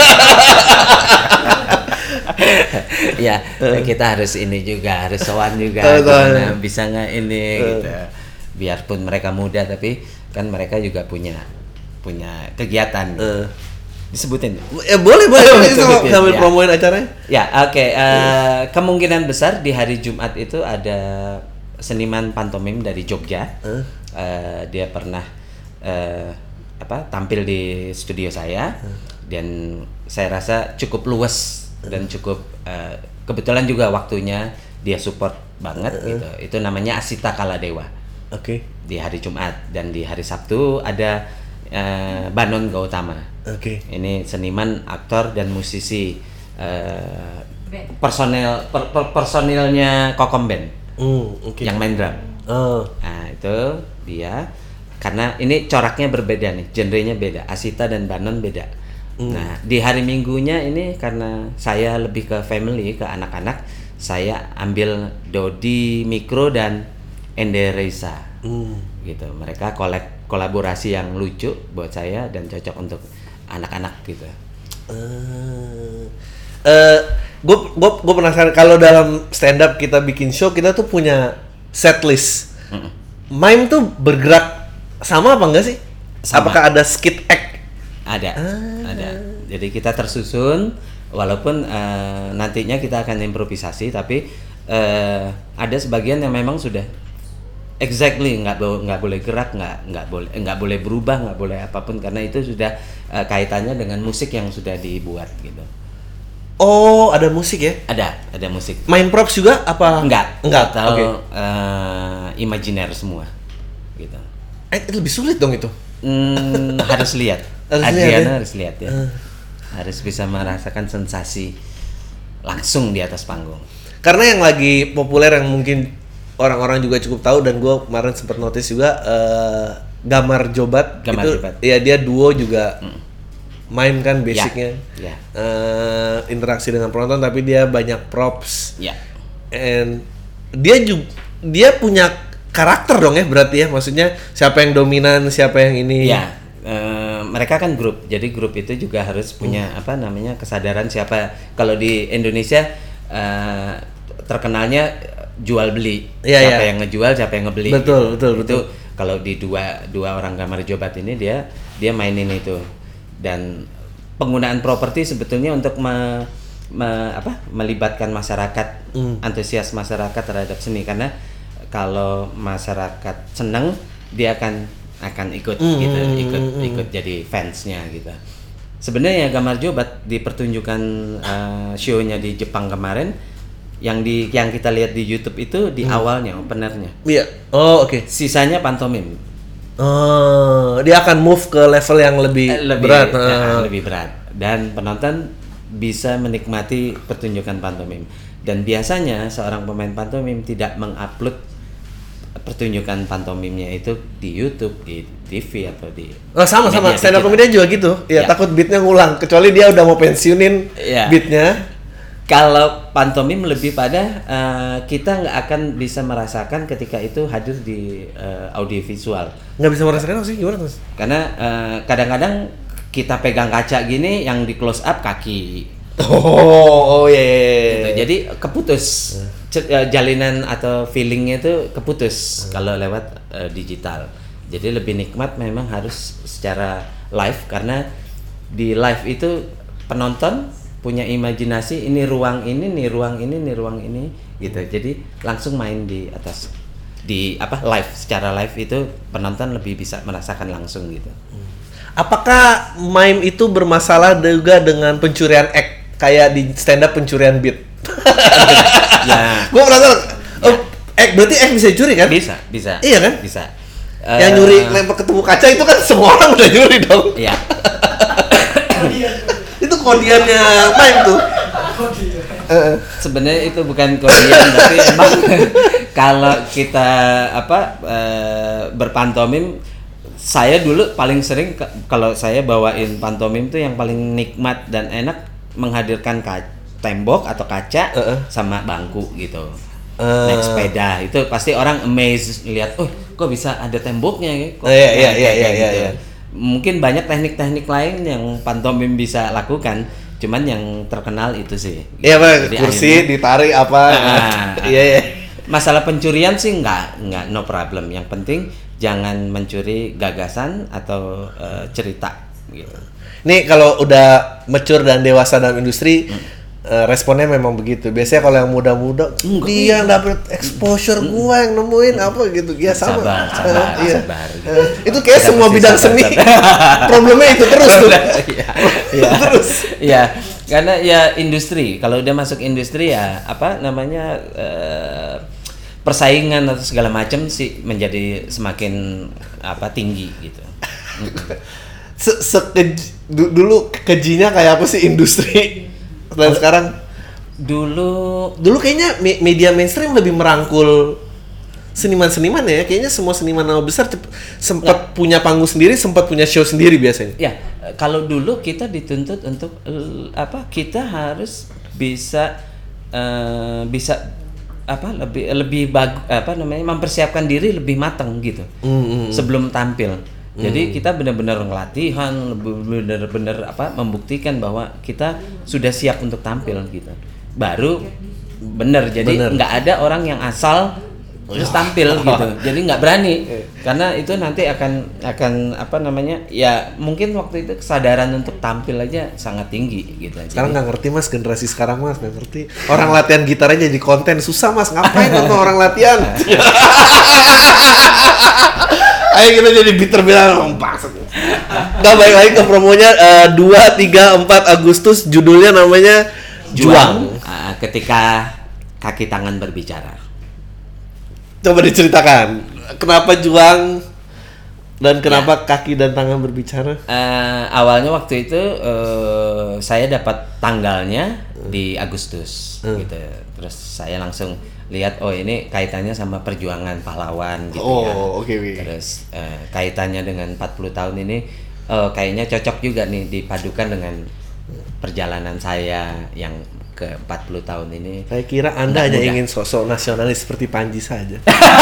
[SPEAKER 1] Ya kita harus ini juga harus sowan juga
[SPEAKER 3] Eh,
[SPEAKER 1] gimana
[SPEAKER 3] sowan.
[SPEAKER 1] bisa nggak ini gitu. Biarpun mereka muda tapi kan mereka juga punya punya kegiatan.
[SPEAKER 3] Eh.
[SPEAKER 1] Disebutin.
[SPEAKER 3] Ya boleh boleh boleh
[SPEAKER 1] Sebutin,
[SPEAKER 3] sambil
[SPEAKER 1] ya.
[SPEAKER 3] promoin acaranya.
[SPEAKER 1] Ya, oke. eh, kemungkinan besar di hari Jumat itu ada seniman pantomim dari Jogja.
[SPEAKER 3] Eh.
[SPEAKER 1] Eh, dia pernah eh, apa tampil di studio saya dan saya rasa cukup luas dan cukup eh, kebetulan juga waktunya dia support banget gitu. Itu namanya Asita Kaladewa
[SPEAKER 3] Oke.
[SPEAKER 1] di hari Jumat dan di hari Sabtu ada eh, Banon Gautama.
[SPEAKER 3] Oke.
[SPEAKER 1] Ini seniman, aktor dan musisi eh, personel per, per- personilnya Kokom Band
[SPEAKER 3] Hmm, oke.
[SPEAKER 1] yang main drum.
[SPEAKER 3] Oh.
[SPEAKER 1] Nah, itu dia karena ini coraknya berbeda nih, genrenya beda. Asita dan Banon beda. Nah, di hari Minggunya ini karena saya lebih ke family, ke anak-anak, saya ambil Dodi Mikro dan Ende Reisa.
[SPEAKER 3] Hmm.
[SPEAKER 1] Gitu. Mereka kolek kolaborasi yang lucu buat saya dan cocok untuk anak-anak gitu.
[SPEAKER 3] Eh, eh, gue gue gue penasaran kalau dalam stand up kita bikin show kita tuh punya set list.
[SPEAKER 1] Mm-mm.
[SPEAKER 3] Mime tuh bergerak sama apa enggak sih?
[SPEAKER 1] Sama.
[SPEAKER 3] Apakah ada skit act?
[SPEAKER 1] Ada, ada. Jadi kita tersusun, walaupun eh, nantinya kita akan improvisasi, tapi eh, ada sebagian yang memang sudah exactly nggak bo- nggak boleh gerak, nggak nggak boleh nggak boleh berubah, nggak boleh apapun karena itu sudah eh, kaitannya dengan musik yang sudah dibuat gitu.
[SPEAKER 3] Oh, ada musik ya?
[SPEAKER 1] Ada, ada musik.
[SPEAKER 3] Main props juga apa?
[SPEAKER 1] Enggak,
[SPEAKER 3] Enggak.
[SPEAKER 1] Atau
[SPEAKER 3] Oke.
[SPEAKER 1] eh, imajiner semua, gitu.
[SPEAKER 3] Eh, lebih sulit dong itu.
[SPEAKER 1] Hmm, harus lihat.
[SPEAKER 3] Harus
[SPEAKER 1] Adriana
[SPEAKER 3] lihat ya?
[SPEAKER 1] harus lihat ya. Harus bisa merasakan sensasi langsung di atas panggung.
[SPEAKER 3] Karena yang lagi populer yang mungkin orang-orang juga cukup tahu dan gue kemarin sempat notice juga eh, Gamar Jobat
[SPEAKER 1] Gamar
[SPEAKER 3] itu
[SPEAKER 1] Jobat.
[SPEAKER 3] ya dia duo juga main kan basicnya.
[SPEAKER 1] Ya.
[SPEAKER 3] Eh, interaksi dengan penonton tapi dia banyak props.
[SPEAKER 1] Ya.
[SPEAKER 3] And dia juga dia punya karakter dong ya berarti ya, maksudnya siapa yang dominan, siapa yang ini.
[SPEAKER 1] Ya. eh, mereka kan grup. Jadi grup itu juga harus punya apa namanya kesadaran siapa. Kalau di Indonesia eh, terkenalnya jual beli.
[SPEAKER 3] Iya,
[SPEAKER 1] siapa
[SPEAKER 3] iya.
[SPEAKER 1] yang ngejual, siapa yang ngebeli.
[SPEAKER 3] Betul, betul,
[SPEAKER 1] Itu
[SPEAKER 3] betul.
[SPEAKER 1] kalau di dua dua orang Gamar Jobat ini dia dia mainin itu. Dan penggunaan properti sebetulnya untuk me, me- apa, melibatkan masyarakat, antusias masyarakat terhadap seni karena kalau masyarakat senang dia akan akan ikut gitu, ikut ikut jadi fansnya gitu. sebenarnya Gamar Jobat di pertunjukan uh, show-nya di Jepang kemarin yang di yang kita lihat di YouTube itu di hmm. awalnya openernya.
[SPEAKER 3] Iya. Oh, oke. Okay.
[SPEAKER 1] Sisanya pantomim.
[SPEAKER 3] Oh, dia akan move ke level yang lebih,
[SPEAKER 1] eh, lebih
[SPEAKER 3] berat.
[SPEAKER 1] Ya,
[SPEAKER 3] uh.
[SPEAKER 1] lebih berat dan penonton bisa menikmati pertunjukan pantomim. Dan biasanya seorang pemain pantomim tidak mengupload pertunjukan pantomimnya itu di YouTube, di T V atau di
[SPEAKER 3] oh, sama sama stand up comedian juga gitu. Ya, ya, takut beatnya ngulang kecuali dia udah mau pensiunin ya. Beatnya.
[SPEAKER 1] Kalau pantomim lebih pada uh, kita nggak akan bisa merasakan ketika itu hadir di uh, audiovisual.
[SPEAKER 3] Nggak bisa merasakan sih gimana Mas?
[SPEAKER 1] Karena uh, kadang-kadang kita pegang kaca gini yang di close up kaki.
[SPEAKER 3] Oh, oh iya. Yeah, yeah.
[SPEAKER 1] Gitu. Jadi keputus uh. jalinan atau feelingnya itu keputus uh. kalau lewat uh, digital. Jadi lebih nikmat memang harus secara live karena di live itu penonton punya imajinasi ini ruang ini, nih ruang ini, nih ruang ini gitu. Jadi langsung main di atas di apa live secara live itu penonton lebih bisa merasakan langsung gitu.
[SPEAKER 3] Apakah mime itu bermasalah juga dengan pencurian act kayak di stand up pencurian beat? Ya. Gua merasa oh, ya. Act berarti act bisa dicuri kan?
[SPEAKER 1] Bisa, bisa.
[SPEAKER 3] Iya kan?
[SPEAKER 1] Bisa.
[SPEAKER 3] Yang uh, nyuri lempar ketemu kaca itu kan semua orang udah nyuri dong.
[SPEAKER 1] Iya.
[SPEAKER 3] Itu kodiannya mime tuh.
[SPEAKER 1] Uh. Sebenarnya itu bukan kodian tapi emang kalau kita apa uh, berpantomim, saya dulu paling sering ke, kalau saya bawain pantomim tuh yang paling nikmat dan enak menghadirkan ka- tembok atau kaca uh-uh. sama bangku gitu. Uh. Naik sepeda itu pasti orang amazed lihat, oh kok bisa ada temboknya ya? Kok
[SPEAKER 3] uh, iya iya iya iya,
[SPEAKER 1] gitu.
[SPEAKER 3] iya.
[SPEAKER 1] Mungkin banyak teknik-teknik lain yang pantomim bisa lakukan, cuman yang terkenal itu sih.
[SPEAKER 3] Iya Pak, kursi akhirnya, ditarik apa? Iya iya.
[SPEAKER 1] Masalah pencurian sih nggak nggak no problem. Yang penting jangan mencuri gagasan atau uh, cerita gitu.
[SPEAKER 3] Nih kalau udah mature dan dewasa dalam industri, hmm. uh, responnya memang begitu. Biasanya kalau yang muda-muda, hmm, dia yang dapet exposure, hmm. gua yang nemuin hmm. apa gitu. Ya sama.
[SPEAKER 1] Sabar, sabar,
[SPEAKER 3] uh, iya.
[SPEAKER 1] sabar.
[SPEAKER 3] Uh, itu kayak semua bidang sabar, seni. Problemnya itu terus tuh.
[SPEAKER 1] Iya. Terus. Iya. Karena ya industri. Kalau udah masuk industri ya apa namanya uh, persaingan atau segala macam sih menjadi semakin apa tinggi gitu.
[SPEAKER 3] Se Sekej dulu kejinya kayak apa sih industri dan sekarang?
[SPEAKER 1] Dulu
[SPEAKER 3] dulu kayaknya me media mainstream lebih merangkul seniman-seniman ya. Kayaknya semua seniman nama besar sempat ya. punya panggung sendiri, sempat punya show sendiri biasanya.
[SPEAKER 1] Ya, kalau dulu kita dituntut untuk uh, apa? Kita harus bisa uh, bisa apa lebih lebih bagus apa namanya mempersiapkan diri lebih matang gitu mm-hmm. sebelum tampil. Mm. Jadi kita benar-benar ngelatihan, benar-benar apa membuktikan bahwa kita sudah siap untuk tampil gitu. Baru benar. Jadi nggak ada orang yang asal terus tampil gitu. Jadi nggak berani karena itu nanti akan akan apa namanya ya mungkin waktu itu kesadaran untuk tampil aja sangat tinggi gitu.
[SPEAKER 3] Sekarang nggak ngerti Mas, generasi sekarang Mas nggak ngerti. Orang latihan gitar aja jadi konten susah Mas, ngapain nonton orang latihan? Ayo kita jadi gitar bilang rompak. Nggak, balik lagi ke promonya uh, dua, tiga, empat Agustus judulnya namanya Juang.
[SPEAKER 1] Uh, ketika kaki tangan berbicara.
[SPEAKER 3] Coba diceritakan kenapa Juang dan kenapa ya. Kaki dan tangan berbicara?
[SPEAKER 1] Uh, awalnya waktu itu uh, saya dapat tanggalnya hmm. di Agustus, hmm. gitu. Terus saya langsung lihat, oh ini kaitannya sama perjuangan pahlawan, gitu
[SPEAKER 3] oh,
[SPEAKER 1] ya.
[SPEAKER 3] Okay, okay.
[SPEAKER 1] Terus uh, kaitannya dengan empat puluh tahun ini, uh, kayaknya cocok juga nih dipadukan dengan perjalanan saya yang ke empat puluh tahun ini.
[SPEAKER 3] Saya kira Anda hanya ingin sosok nasionalis seperti Panji saja.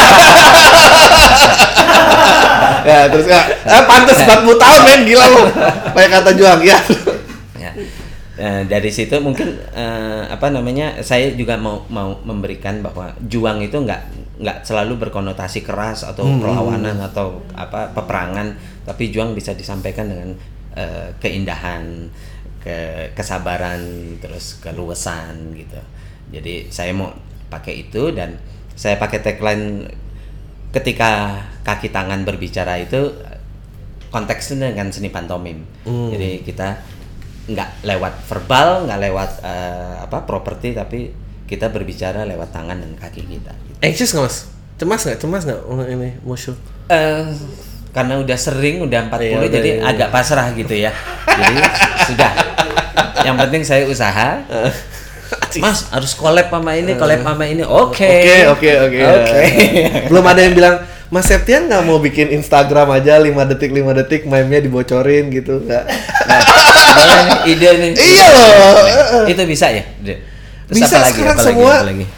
[SPEAKER 3] Ya terus ya, eh, pantas empat puluh tahun men, gila lo. Kayak kata Juang ya.
[SPEAKER 1] Ya. Nah, dari situ mungkin uh, apa namanya saya juga mau mau memberikan bahwa juang itu nggak nggak selalu berkonotasi keras atau hmm. perlawanan atau apa peperangan, tapi juang bisa disampaikan dengan uh, keindahan, ke kesabaran, terus keluasan gitu. Jadi saya mau pakai itu dan saya pakai tagline ketika kaki tangan berbicara itu konteksnya dengan seni pantomim. Hmm. Jadi kita nggak lewat verbal, nggak lewat uh, apa properti, tapi kita berbicara lewat tangan dan kaki kita. Gitu.
[SPEAKER 3] Anxious nggak mas? Cemas nggak? Cemas nggak oh, ini musuh?
[SPEAKER 1] Uh, karena udah sering, udah empat puluh,
[SPEAKER 3] iya,
[SPEAKER 1] jadi
[SPEAKER 3] iya.
[SPEAKER 1] agak pasrah gitu ya. Jadi sudah. Yang penting saya usaha. Mas harus collab sama ini, collab sama ini. Oke.
[SPEAKER 3] Oke, oke, oke.
[SPEAKER 1] Oke.
[SPEAKER 3] Belum ada yang bilang, Mas Septian nggak mau bikin Instagram aja lima detik lima detik meme-nya dibocorin gitu nggak?
[SPEAKER 1] Nah, boleh nih, ide nih.
[SPEAKER 3] Iya loh.
[SPEAKER 1] Itu bisa ya? Terus
[SPEAKER 3] Bisa
[SPEAKER 1] apa lagi?
[SPEAKER 3] sekarang
[SPEAKER 1] Apa lagi?
[SPEAKER 3] semua.
[SPEAKER 1] Apa lagi?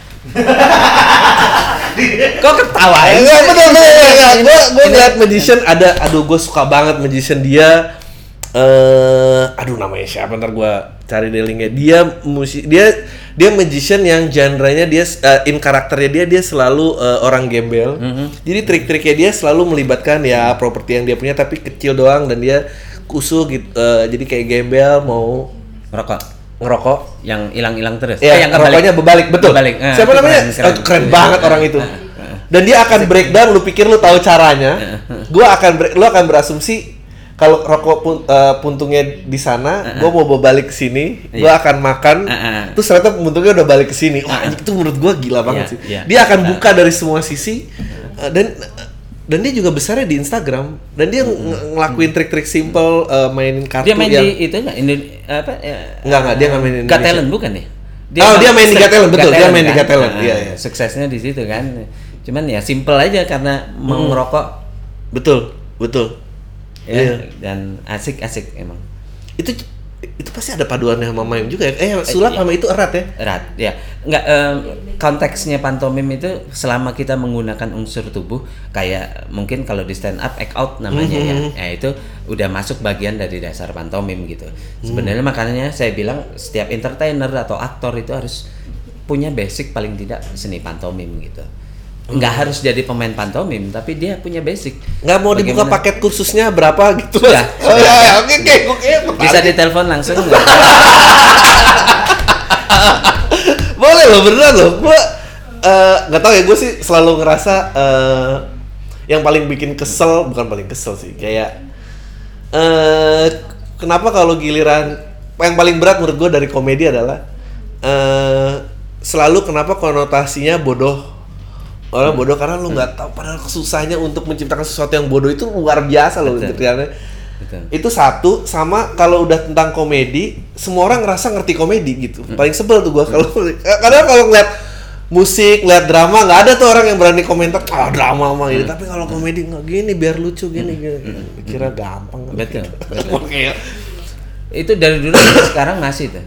[SPEAKER 1] Kok ketawa?
[SPEAKER 3] Enggak betul betul. Gue gue ngeliat magician ada, aduh gue suka banget magician dia. Eh, aduh namanya siapa ntar gue cari deh linknya. Dia musik dia dia magician yang genre-nya dia uh, in karakternya dia dia selalu uh, orang gembel. Mm-hmm. Jadi trik-triknya dia selalu melibatkan ya properti yang dia punya tapi kecil doang dan dia kusuh gitu. Uh, jadi kayak gembel mau
[SPEAKER 1] Merokok.
[SPEAKER 3] ngerokok
[SPEAKER 1] Yang hilang-hilang terus.
[SPEAKER 3] ya,
[SPEAKER 1] Eh, yang
[SPEAKER 3] rokoknya berbalik, betul.
[SPEAKER 1] Berbalik. Ah,
[SPEAKER 3] Siapa
[SPEAKER 1] itu
[SPEAKER 3] namanya?
[SPEAKER 1] keren, keren.
[SPEAKER 3] Oh, keren banget orang itu. Dan dia akan breakdown, lu pikir lu tahu caranya. Gua akan break, lu akan berasumsi kalau rokok pun, uh, puntungnya di sana, gua mau bawa balik ke sini, gua akan makan. Terus ternyata puntungnya udah balik ke sini. Wah, itu menurut gua gila banget
[SPEAKER 1] Iya,
[SPEAKER 3] sih.
[SPEAKER 1] iya.
[SPEAKER 3] Dia akan buka dari semua sisi uh, dan dan dia juga besarnya di Instagram dan dia ng- ngelakuin trik-trik simple uh, mainin kartu
[SPEAKER 1] Dia main
[SPEAKER 3] yang
[SPEAKER 1] di itu enggak? Indo apa ya?
[SPEAKER 3] Enggak, enggak, dia nggak main di
[SPEAKER 1] Got
[SPEAKER 3] Indonesia.
[SPEAKER 1] Talent bukan ya?
[SPEAKER 3] Oh, dia main di Got Talent, betul, dia main di
[SPEAKER 1] kan?
[SPEAKER 3] Got Talent,
[SPEAKER 1] Nah,
[SPEAKER 3] iya, iya.
[SPEAKER 1] Suksesnya di situ kan. Cuman ya simple aja karena mau ngerokok
[SPEAKER 3] betul, betul.
[SPEAKER 1] ya
[SPEAKER 3] Iya.
[SPEAKER 1] dan asik-asik emang.
[SPEAKER 3] Itu itu pasti ada paduannya sama main juga ya. Eh, sulap
[SPEAKER 1] iya.
[SPEAKER 3] sama itu erat ya.
[SPEAKER 1] Erat ya. Enggak em, konteksnya pantomim itu selama kita menggunakan unsur tubuh kayak mungkin kalau di stand up act out namanya ya. Ya itu udah masuk bagian dari dasar pantomim gitu. Sebenarnya makanya saya bilang setiap entertainer atau aktor itu harus punya basic paling tidak seni pantomim gitu. Nggak harus jadi pemain pantomim, tapi dia punya basic.
[SPEAKER 3] Nggak mau dibuka
[SPEAKER 1] Bagaimana-
[SPEAKER 3] paket kursusnya berapa gitu.
[SPEAKER 1] Sudah,
[SPEAKER 3] Oh,
[SPEAKER 1] sudah.
[SPEAKER 3] ya, ya, oke, oke, oke.
[SPEAKER 1] Bisa ditelepon langsung.
[SPEAKER 3] Boleh loh, beneran loh. Gua eh, nggak tahu ya, gue sih selalu ngerasa eh, yang paling bikin kesel, bukan paling kesel sih, kayak eh kenapa kalau giliran yang paling berat menurut gue dari komedi adalah eh selalu kenapa konotasinya bodoh. Orang bodoh karena lu nggak tahu padahal susahnya untuk menciptakan sesuatu yang bodoh itu luar biasa loh
[SPEAKER 1] Betul.
[SPEAKER 3] ceritanya.
[SPEAKER 1] Betul.
[SPEAKER 3] Itu satu, sama kalau udah tentang komedi, semua orang ngerasa ngerti komedi gitu. Paling sebel tuh gua kalau kadang kalau ngeliat musik, ngeliat drama, nggak ada tuh orang yang berani komentar, ah drama mah gitu. Tapi kalau komedi nggak gini, biar lucu gini, gini. Kira gampang.
[SPEAKER 1] Betul. betul.
[SPEAKER 3] Oke.
[SPEAKER 1] Itu dari dulu sampai sekarang masih tuh.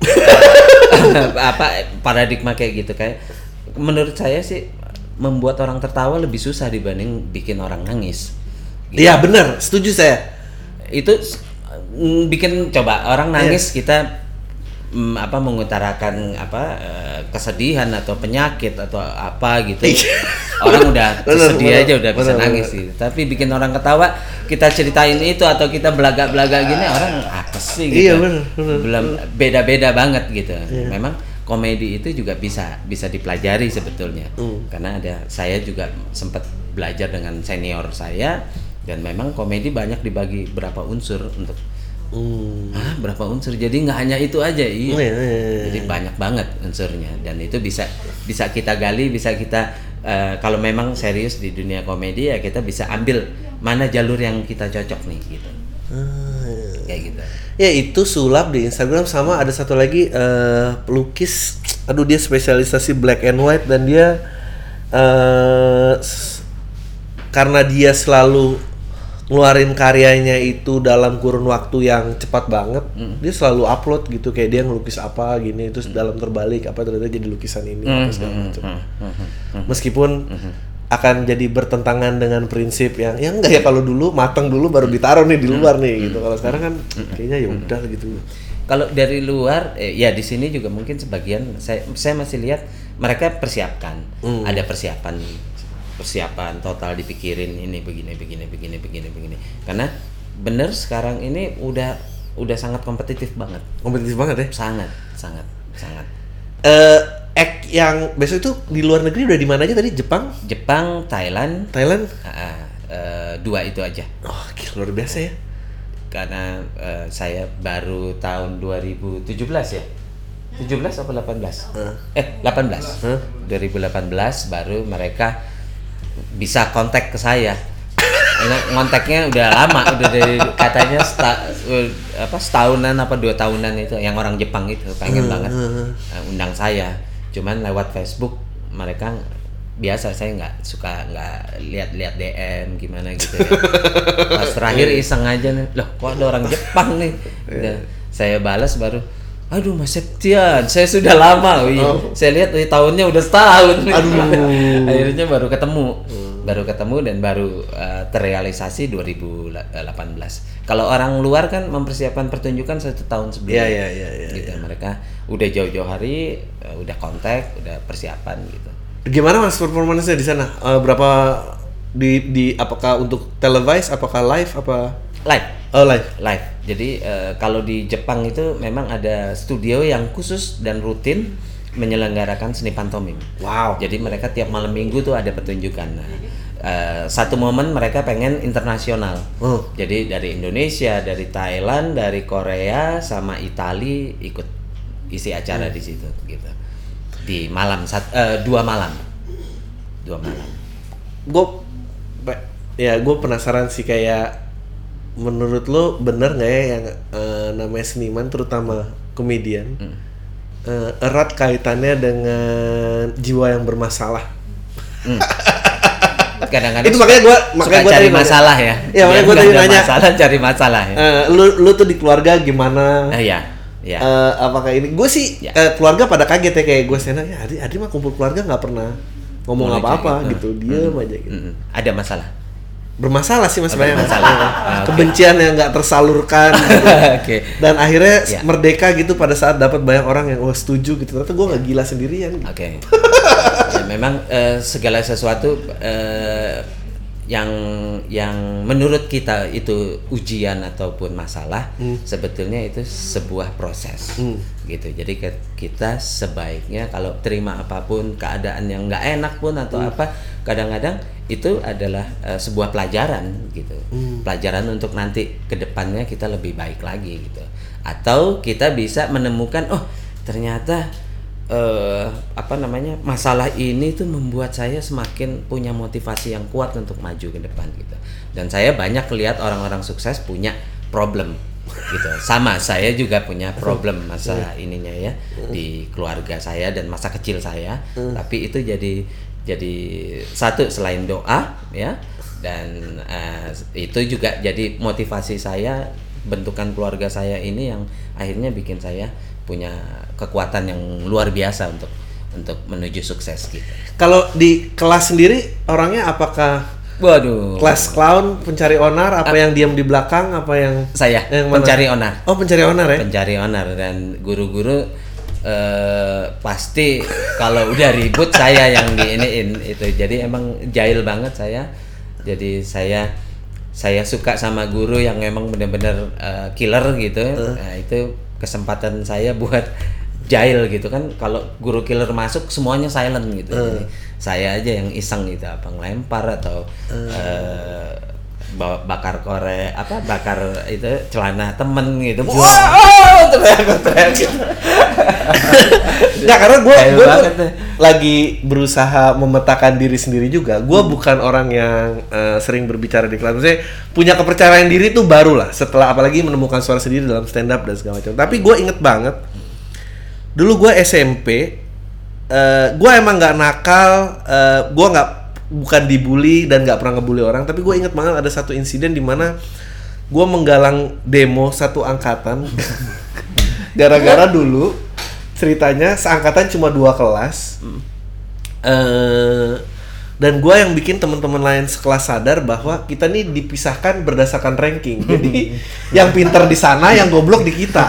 [SPEAKER 1] Apa paradigma kayak gitu kayak menurut saya sih membuat orang tertawa lebih susah dibanding bikin orang nangis. Gitu.
[SPEAKER 3] Iya benar, setuju saya.
[SPEAKER 1] Itu mm, bikin coba orang nangis kita mm, apa mengutarakan apa eh, kesedihan atau penyakit atau apa gitu. Orang udah
[SPEAKER 3] Bener,
[SPEAKER 1] sedih
[SPEAKER 3] bener,
[SPEAKER 1] aja udah bisa
[SPEAKER 3] bener,
[SPEAKER 1] nangis
[SPEAKER 3] bener.
[SPEAKER 1] gitu. Tapi bikin orang ketawa, kita ceritain itu atau kita belaga-belaga gini orang apa sih gitu.
[SPEAKER 3] Iya, bener, bener,
[SPEAKER 1] Belum beda-beda banget gitu. Memang komedi itu juga bisa bisa dipelajari sebetulnya.
[SPEAKER 3] Hmm.
[SPEAKER 1] Karena ada saya juga sempat belajar dengan senior saya dan memang komedi banyak dibagi berapa unsur untuk
[SPEAKER 3] Hmm.
[SPEAKER 1] ah berapa unsur jadi nggak hanya itu aja iya.
[SPEAKER 3] Oh, iya, iya, iya.
[SPEAKER 1] Jadi banyak banget unsurnya dan itu bisa bisa kita gali bisa kita eh, kalau memang serius di dunia komedi ya kita bisa ambil mana jalur yang kita cocok nih gitu
[SPEAKER 3] Ah,
[SPEAKER 1] kayak gitu.
[SPEAKER 3] ya itu sulap di Instagram sama ada satu lagi eh, pelukis. Aduh dia spesialisasi black and white dan dia eh, s- karena dia selalu ngeluarin karyanya itu dalam kurun waktu yang cepat banget, dia selalu upload gitu kayak dia ngelukis apa gini terus dalam terbalik apa ternyata jadi lukisan ini apa segala macam. Meskipun akan jadi bertentangan dengan prinsip yang ya enggak ya kalau dulu matang dulu baru ditaruh nih di luar nih gitu. Kalau sekarang kan kayaknya ya udah gitu.
[SPEAKER 1] Kalau dari luar eh, ya di sini juga mungkin sebagian saya saya masih lihat mereka persiapkan
[SPEAKER 3] Hmm.
[SPEAKER 1] ada persiapan persiapan total dipikirin ini begini begini begini begini begini karena bener sekarang ini udah udah sangat kompetitif banget
[SPEAKER 3] Kompetitif banget ya.
[SPEAKER 1] sangat sangat sangat
[SPEAKER 3] Eh act yang besok itu di luar negeri udah di mana aja tadi? Jepang,
[SPEAKER 1] Jepang Thailand
[SPEAKER 3] Thailand?
[SPEAKER 1] ah, ah, eh, dua itu aja
[SPEAKER 3] Oh, gila, luar biasa ya.
[SPEAKER 1] karena uh, saya baru tahun dua ribu tujuh belas ya. tujuh belas atau delapan belas? Uh. Eh, delapan belas. Uh. dua ribu delapan belas baru mereka bisa kontak ke saya. Ngonteknya udah lama, udah dari katanya seta, uh, apa setahunan apa dua tahunan itu, yang orang Jepang itu pengen uh. banget uh, undang saya. Cuman lewat Facebook mereka biasa, saya nggak suka nggak lihat-lihat D M gimana gitu ya. Pas terakhir iseng aja nih, loh kok ada orang Jepang nih. Udah, saya balas baru, aduh Mas Septian, saya sudah lama, wih. Oh. Saya lihat wih, tahunnya udah setahun. Aduh. Akhirnya baru ketemu, hmm. baru ketemu dan baru uh, terrealisasi dua ribu delapan belas. Kalau orang luar kan mempersiapkan pertunjukan satu tahun sebelumnya.
[SPEAKER 3] Iya iya iya.
[SPEAKER 1] Gitu, ya. Mereka udah jauh-jauh hari, uh, udah kontak, udah persiapan gitu.
[SPEAKER 3] Gimana Mas performance-nya di sana? Uh, berapa di di apakah untuk televised, apakah live apa?
[SPEAKER 1] Live.
[SPEAKER 3] Oh, live.
[SPEAKER 1] Live. Jadi uh, kalau di Jepang itu memang ada studio yang khusus dan rutin menyelenggarakan seni pantomim.
[SPEAKER 3] Wow.
[SPEAKER 1] Jadi mereka tiap malam minggu tuh ada pertunjukan. Nah, uh, satu momen mereka pengen internasional.
[SPEAKER 3] Oh.
[SPEAKER 1] Jadi dari Indonesia, dari Thailand, dari Korea sama Italia ikut isi acara hmm. di situ gitu. Di malam sat, uh, dua malam dua malam
[SPEAKER 3] gue ya gue penasaran sih, kayak menurut lo bener nggak ya yang uh, namanya seniman terutama komedian hmm. uh, erat kaitannya dengan jiwa yang bermasalah.
[SPEAKER 1] hmm. Kadang-kadang
[SPEAKER 3] itu makanya gue makanya gue
[SPEAKER 1] cari masalah ya
[SPEAKER 3] ya makanya gue tadi nanya
[SPEAKER 1] masalah cari masalah ya.
[SPEAKER 3] uh, lu lu tuh di keluarga gimana?
[SPEAKER 1] uh, ya Ya.
[SPEAKER 3] Uh, apakah ini gue sih ya. uh, keluarga pada kaget ya, kayak gue sana ya Adi Adi mah kumpul keluarga nggak pernah ngomong Mulai apa-apa gitu, gitu. Diem hmm. aja gitu.
[SPEAKER 1] Hmm. Ada masalah?
[SPEAKER 3] Bermasalah sih mas, banyak
[SPEAKER 1] masalah. ah, okay.
[SPEAKER 3] Kebencian yang nggak tersalurkan gitu.
[SPEAKER 1] okay.
[SPEAKER 3] Dan akhirnya
[SPEAKER 1] ya.
[SPEAKER 3] merdeka gitu pada saat dapat banyak orang yang wah setuju gitu, ternyata gue nggak gila sendirian gitu.
[SPEAKER 1] Oke. Okay. Ya, memang uh, segala sesuatu uh, yang yang menurut kita itu ujian ataupun masalah hmm. sebetulnya itu sebuah proses hmm. gitu. Jadi kita sebaiknya kalau terima apapun keadaan yang nggak enak pun atau hmm. apa, kadang-kadang itu adalah uh, sebuah pelajaran gitu. hmm. Pelajaran untuk nanti kedepannya kita lebih baik lagi gitu. Atau kita bisa menemukan oh ternyata Uh, apa namanya masalah ini tuh membuat saya semakin punya motivasi yang kuat untuk maju ke depan gitu. Dan saya banyak lihat orang-orang sukses punya problem gitu. Sama saya juga punya problem masa ininya ya di keluarga saya dan masa kecil saya. Tapi itu jadi jadi satu selain doa ya, dan uh, itu juga jadi motivasi saya, bentukan keluarga saya ini yang akhirnya bikin saya punya kekuatan yang luar biasa untuk untuk menuju sukses gitu.
[SPEAKER 3] Kalau di kelas sendiri orangnya apakah
[SPEAKER 1] waduh
[SPEAKER 3] kelas clown, pencari onar, apa A- yang diam di belakang, apa yang
[SPEAKER 1] saya yang pencari onar.
[SPEAKER 3] Oh, pencari onar ya.
[SPEAKER 1] Pencari onar, dan guru-guru eh, pasti kalau udah ribut saya yang diiniin itu. Jadi emang jahil banget saya. Jadi saya saya suka sama guru yang memang benar-benar uh, killer gitu. Uh. Nah, itu kesempatan saya buat jahil gitu kan. Kalau guru killer masuk semuanya silent gitu. Uh. Jadi saya aja yang iseng gitu, apa ngelempar atau uh. Uh, bakar korek apa bakar itu celana temen gitu. Wow, teriak-teriak gitu.
[SPEAKER 3] Nggak, karena gue gue lagi berusaha memetakan diri sendiri juga. Gue hmm. bukan orang yang uh, sering berbicara di kelas. Maksudnya punya kepercayaan diri tuh baru lah setelah apalagi menemukan suara sendiri dalam stand up dan segala macam. Tapi gue inget banget dulu gue S M P, uh, gue emang nggak nakal, uh, gue nggak bukan dibully dan nggak pernah ngebully orang. Tapi gue inget banget ada satu insiden di mana gue menggalang demo satu angkatan gara-gara dulu ceritanya seangkatan cuma dua kelas, hmm. uh, dan gue yang bikin teman-teman lain sekelas sadar bahwa kita nih dipisahkan berdasarkan ranking. Jadi yang pinter di sana, yang goblok di kita.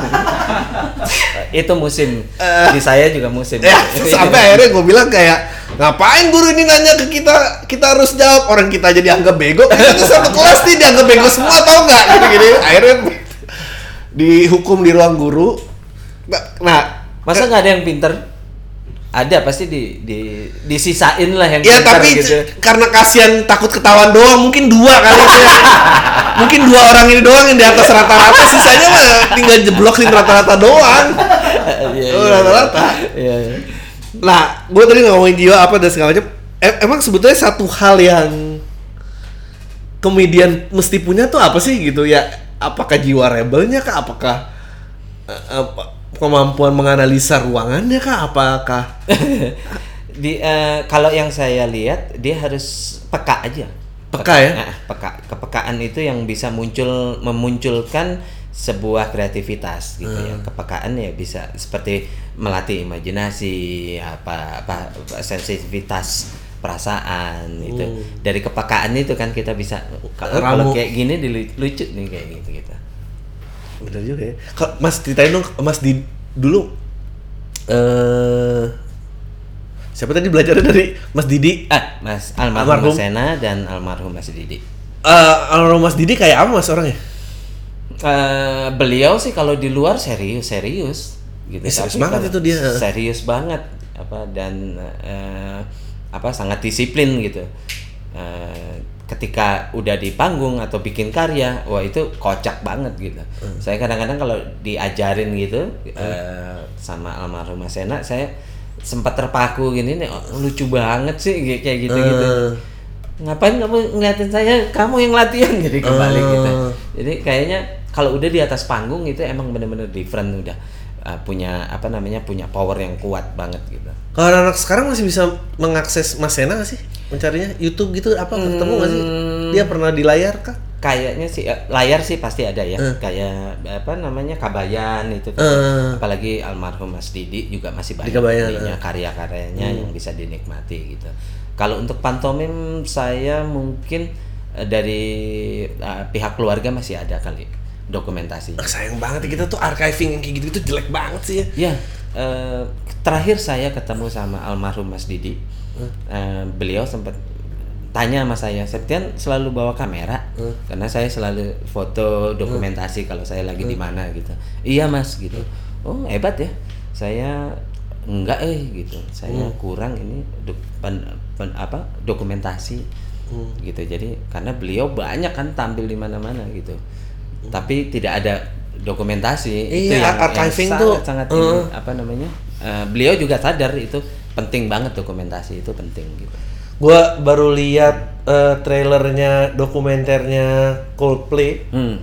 [SPEAKER 1] Itu musim uh, di saya juga musim.
[SPEAKER 3] Ya, sampai akhirnya gue bilang kayak, ngapain guru ini nanya ke kita? Kita harus jawab, orang kita aja dianggap bego. Kita tuh satu kelas nih dianggap bego semua, tau nggak? Gini-gini. Akhirnya dihukum di ruang guru. Nah,
[SPEAKER 1] masa nggak ada yang pinter? Ada pasti di di disisain lah yang
[SPEAKER 3] Ya
[SPEAKER 1] pintar
[SPEAKER 3] tapi
[SPEAKER 1] gitu.
[SPEAKER 3] karena kasihan takut ketahuan doang, mungkin dua kali ya. Mungkin dua orang ini doang yang di atas rata-rata, sisanya mah tinggal jeblokin rata-rata doang.
[SPEAKER 1] Iya,
[SPEAKER 3] Oh,
[SPEAKER 1] iya.
[SPEAKER 3] rata-rata.
[SPEAKER 1] Iya, iya.
[SPEAKER 3] Nah, gue tadi ngomongin jiwa apa dan segala macam. E- emang sebetulnya satu hal yang komedian mesti punya tuh apa sih gitu ya? Apakah jiwa rebelnya kah? Apakah eh, apa, kemampuan menganalisa ruangannya kah? Apakah
[SPEAKER 1] Di eh, kalau yang saya lihat dia harus peka aja.
[SPEAKER 3] Peka ya?
[SPEAKER 1] Nah, peka. Kepekaan itu yang bisa muncul memunculkan sebuah kreativitas gitu ya. Kepekaan ya bisa seperti melatih imajinasi, apa apa sensitivitas perasaan itu. Dari kepekaan itu kan kita bisa kalau kalau
[SPEAKER 3] Ramu.
[SPEAKER 1] kayak gini dilu- lucu nih kayak gitu gitu.
[SPEAKER 3] bener juga ya? Kalau Mas ceritain dong, Mas di dulu eh siapa tadi belajarnya dari Mas Didi?
[SPEAKER 1] Ah, Mas almarhum
[SPEAKER 3] Almarhum.
[SPEAKER 1] Mas Sena dan almarhum Mas Didi.
[SPEAKER 3] Eh almarhum Mas Didi kayak apa Mas orangnya?
[SPEAKER 1] Eh, beliau sih kalau di luar serius serius gitu.
[SPEAKER 3] Eh, serius
[SPEAKER 1] Tapi
[SPEAKER 3] banget
[SPEAKER 1] kalau-
[SPEAKER 3] itu dia.
[SPEAKER 1] Serius banget apa dan eh, apa sangat disiplin gitu. Eh, ketika udah di panggung atau bikin karya, wah itu kocak banget gitu.
[SPEAKER 3] Hmm.
[SPEAKER 1] Saya kadang-kadang kalau diajarin gitu eh, sama almarhum Mas Sena, saya sempat terpaku gini nih, oh, lucu banget sih kayak gitu-gitu.
[SPEAKER 3] Hmm.
[SPEAKER 1] Ngapain kamu ngeliatin saya, kamu yang latihan, jadi kebalik
[SPEAKER 3] Oh.
[SPEAKER 1] gitu. Jadi kayaknya kalau udah di atas panggung itu emang bener-bener different, udah uh, punya apa namanya punya power yang kuat banget gitu.
[SPEAKER 3] Kalau anak sekarang masih bisa mengakses Mas Sena nggak sih? Mencarinya YouTube gitu apa ketemu nggak sih? Dia pernah di layar kah?
[SPEAKER 1] Kayaknya sih eh, layar sih pasti ada ya,
[SPEAKER 3] Eh.
[SPEAKER 1] kayak apa namanya Kabayan itu tuh.
[SPEAKER 3] Eh.
[SPEAKER 1] Apalagi almarhum Mas Didi juga masih banyak
[SPEAKER 3] Kabayan,
[SPEAKER 1] ininya,
[SPEAKER 3] eh.
[SPEAKER 1] karya-karyanya yang bisa dinikmati gitu. Kalau untuk pantomim saya mungkin eh, dari eh, pihak keluarga masih ada kali dokumentasi.
[SPEAKER 3] Ah, sayang banget ya, kita tuh archiving yang kayak gitu itu jelek banget sih ya.
[SPEAKER 1] Ya, eh, terakhir saya ketemu sama almarhum Mas Didi, eh, beliau sempat tanya sama saya, Septian selalu bawa kamera, karena saya selalu foto dokumentasi kalau saya lagi di mana gitu. Iya Mas gitu. Oh hebat ya. Saya enggak eh gitu. Saya kurang ini dok- pen- pen- apa dokumentasi gitu. Jadi karena beliau banyak kan tampil di mana-mana gitu. Tapi tidak ada dokumentasi. Itu
[SPEAKER 3] Iya,
[SPEAKER 1] yang,
[SPEAKER 3] archiving
[SPEAKER 1] yang
[SPEAKER 3] tuh,
[SPEAKER 1] sangat, sangat
[SPEAKER 3] uh.
[SPEAKER 1] ini, apa namanya? eh, beliau juga sadar itu penting banget, dokumentasi itu penting gitu.
[SPEAKER 3] Gua baru lihat eh, trailernya dokumenternya Coldplay.
[SPEAKER 1] Hmm.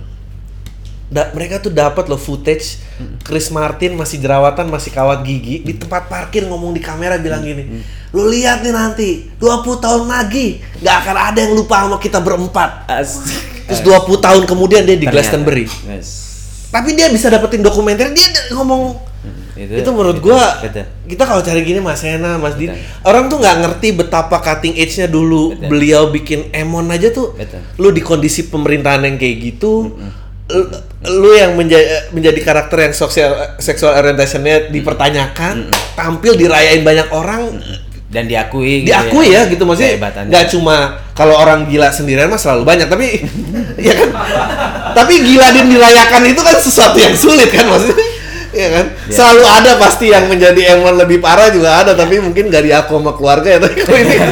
[SPEAKER 3] Da- mereka tuh dapat loh footage Chris Martin masih jerawatan, masih kawat gigi di tempat parkir, ngomong di kamera bilang gini, lu lihat nih nanti dua puluh tahun lagi nggak akan ada yang lupa sama kita berempat.
[SPEAKER 1] Asik.
[SPEAKER 3] Terus dua puluh tahun kemudian dia di
[SPEAKER 1] Ternyata.
[SPEAKER 3] Glastonbury.
[SPEAKER 1] Yes.
[SPEAKER 3] Tapi dia bisa dapetin dokumenter, dia d- ngomong
[SPEAKER 1] Itu,
[SPEAKER 3] itu menurut
[SPEAKER 1] itu,
[SPEAKER 3] gua
[SPEAKER 1] betul.
[SPEAKER 3] kita kalau cari gini Mas Sena, Mas Didi,
[SPEAKER 1] Betul.
[SPEAKER 3] orang tuh nggak ngerti betapa cutting edge-nya dulu.
[SPEAKER 1] Betul.
[SPEAKER 3] Beliau bikin Emon aja tuh,
[SPEAKER 1] Betul.
[SPEAKER 3] lu di kondisi pemerintahan yang kayak gitu, lu, lu yang menja- menjadi karakter yang sosial sexual orientation-nya dipertanyakan, tampil dirayain banyak orang,
[SPEAKER 1] Dan diakui
[SPEAKER 3] diakui ya, gitu maksudnya.
[SPEAKER 1] kehebatannya.
[SPEAKER 3] Nggak cuma kalau orang gila sendirian mah selalu banyak, tapi ya kan, tapi gila dan dirayakan itu kan sesuatu yang sulit kan maksudnya. Iya kan?
[SPEAKER 1] Ya.
[SPEAKER 3] Selalu ada pasti yang menjadi Emon lebih parah juga ada, tapi mungkin gak diaku sama keluarga ya. Tapi kalau ini,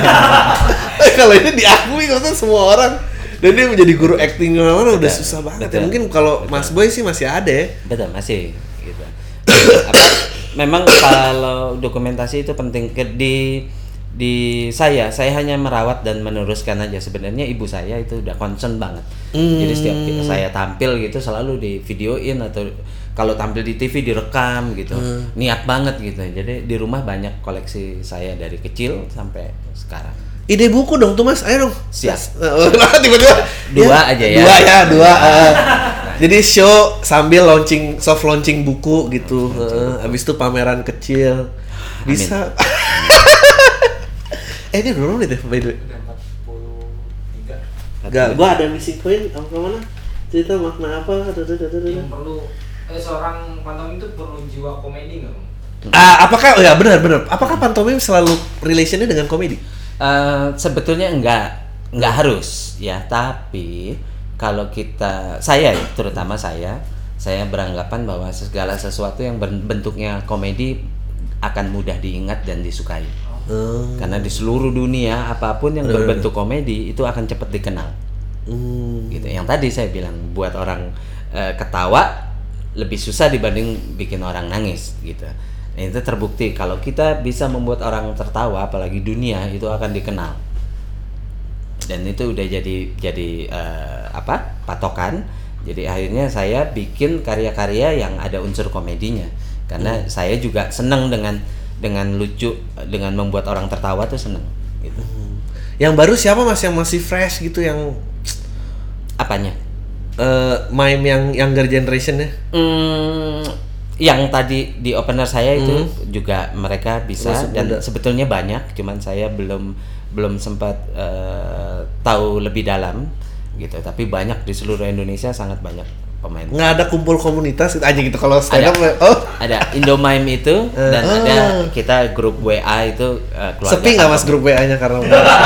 [SPEAKER 3] kalau ini diakui maksudnya semua orang. Dan dia menjadi guru acting mana udah
[SPEAKER 1] Betul.
[SPEAKER 3] susah banget.
[SPEAKER 1] Betul.
[SPEAKER 3] Ya. Mungkin kalau
[SPEAKER 1] Betul.
[SPEAKER 3] Mas Boy sih masih ada ya.
[SPEAKER 1] Betul, masih gitu. Apa, memang kalau dokumentasi itu penting ke di di saya saya hanya merawat dan meneruskan aja. Sebenarnya ibu saya itu udah concern banget. Jadi setiap
[SPEAKER 3] Hmm.
[SPEAKER 1] saya tampil gitu selalu di videoin, atau kalau tampil di T V direkam gitu.
[SPEAKER 3] Hmm.
[SPEAKER 1] Niat banget gitu. Jadi di rumah banyak koleksi saya dari kecil sampai sekarang.
[SPEAKER 3] Ide buku dong tuh Mas, ayo dong.
[SPEAKER 1] Siap.
[SPEAKER 3] Tiba-tiba
[SPEAKER 1] Dua aja ya.
[SPEAKER 3] Dua ya, dua. eh. Jadi show sambil launching, soft launching buku gitu. Eh, abis itu pameran kecil. Bisa. eh ini berapa menit ya by the way?
[SPEAKER 2] Udah empat puluh tiga.
[SPEAKER 3] Gak, gua ada missing point. Apa kemana? Cerita makna apa?
[SPEAKER 2] Yang perlu eh, seorang pantomim itu perlu jiwa komedi nggak, Bang?
[SPEAKER 3] Ah, apakah oh ya benar benar. Apakah pantomim selalu relationnya dengan komedi?
[SPEAKER 1] Eh, sebetulnya enggak enggak harus ya, tapi kalau kita saya ya, terutama saya saya beranggapan bahwa segala sesuatu yang bentuknya komedi akan mudah diingat dan disukai.
[SPEAKER 3] Hmm.
[SPEAKER 1] Karena di seluruh dunia apapun yang
[SPEAKER 3] Bener.
[SPEAKER 1] berbentuk komedi itu akan cepat dikenal.
[SPEAKER 3] Hmm.
[SPEAKER 1] Gitu. Yang tadi saya bilang buat orang eh, ketawa lebih susah dibanding bikin orang nangis gitu. Nah, itu terbukti kalau kita bisa membuat orang tertawa apalagi dunia itu akan dikenal. Dan itu udah jadi jadi eh, apa? patokan. Jadi akhirnya saya bikin karya-karya yang ada unsur komedinya. Karena hmm. saya juga senang dengan dengan lucu, dengan membuat orang tertawa tuh seneng gitu.
[SPEAKER 3] Hmm. Yang baru siapa Mas yang masih fresh gitu yang
[SPEAKER 1] Apanya?
[SPEAKER 3] uh, mime yang younger generation ya?
[SPEAKER 1] Hmm, yang tadi di opener saya itu
[SPEAKER 3] Hmm.
[SPEAKER 1] juga mereka bisa
[SPEAKER 3] Masuk
[SPEAKER 1] dan
[SPEAKER 3] muda.
[SPEAKER 1] sebetulnya banyak, cuman saya belum belum sempat uh, tahu lebih dalam gitu. Tapi banyak di seluruh Indonesia, sangat banyak pemain.
[SPEAKER 3] Nggak ada kumpul komunitas gitu aja gitu kalau stand
[SPEAKER 1] Ada.
[SPEAKER 3] up. Oh,
[SPEAKER 1] Ada Indomime itu dan
[SPEAKER 3] Ah.
[SPEAKER 1] ada kita grup W A itu uh, keluarga.
[SPEAKER 3] sepi nggak Mas
[SPEAKER 1] Kantong.
[SPEAKER 3] grup W A-nya karena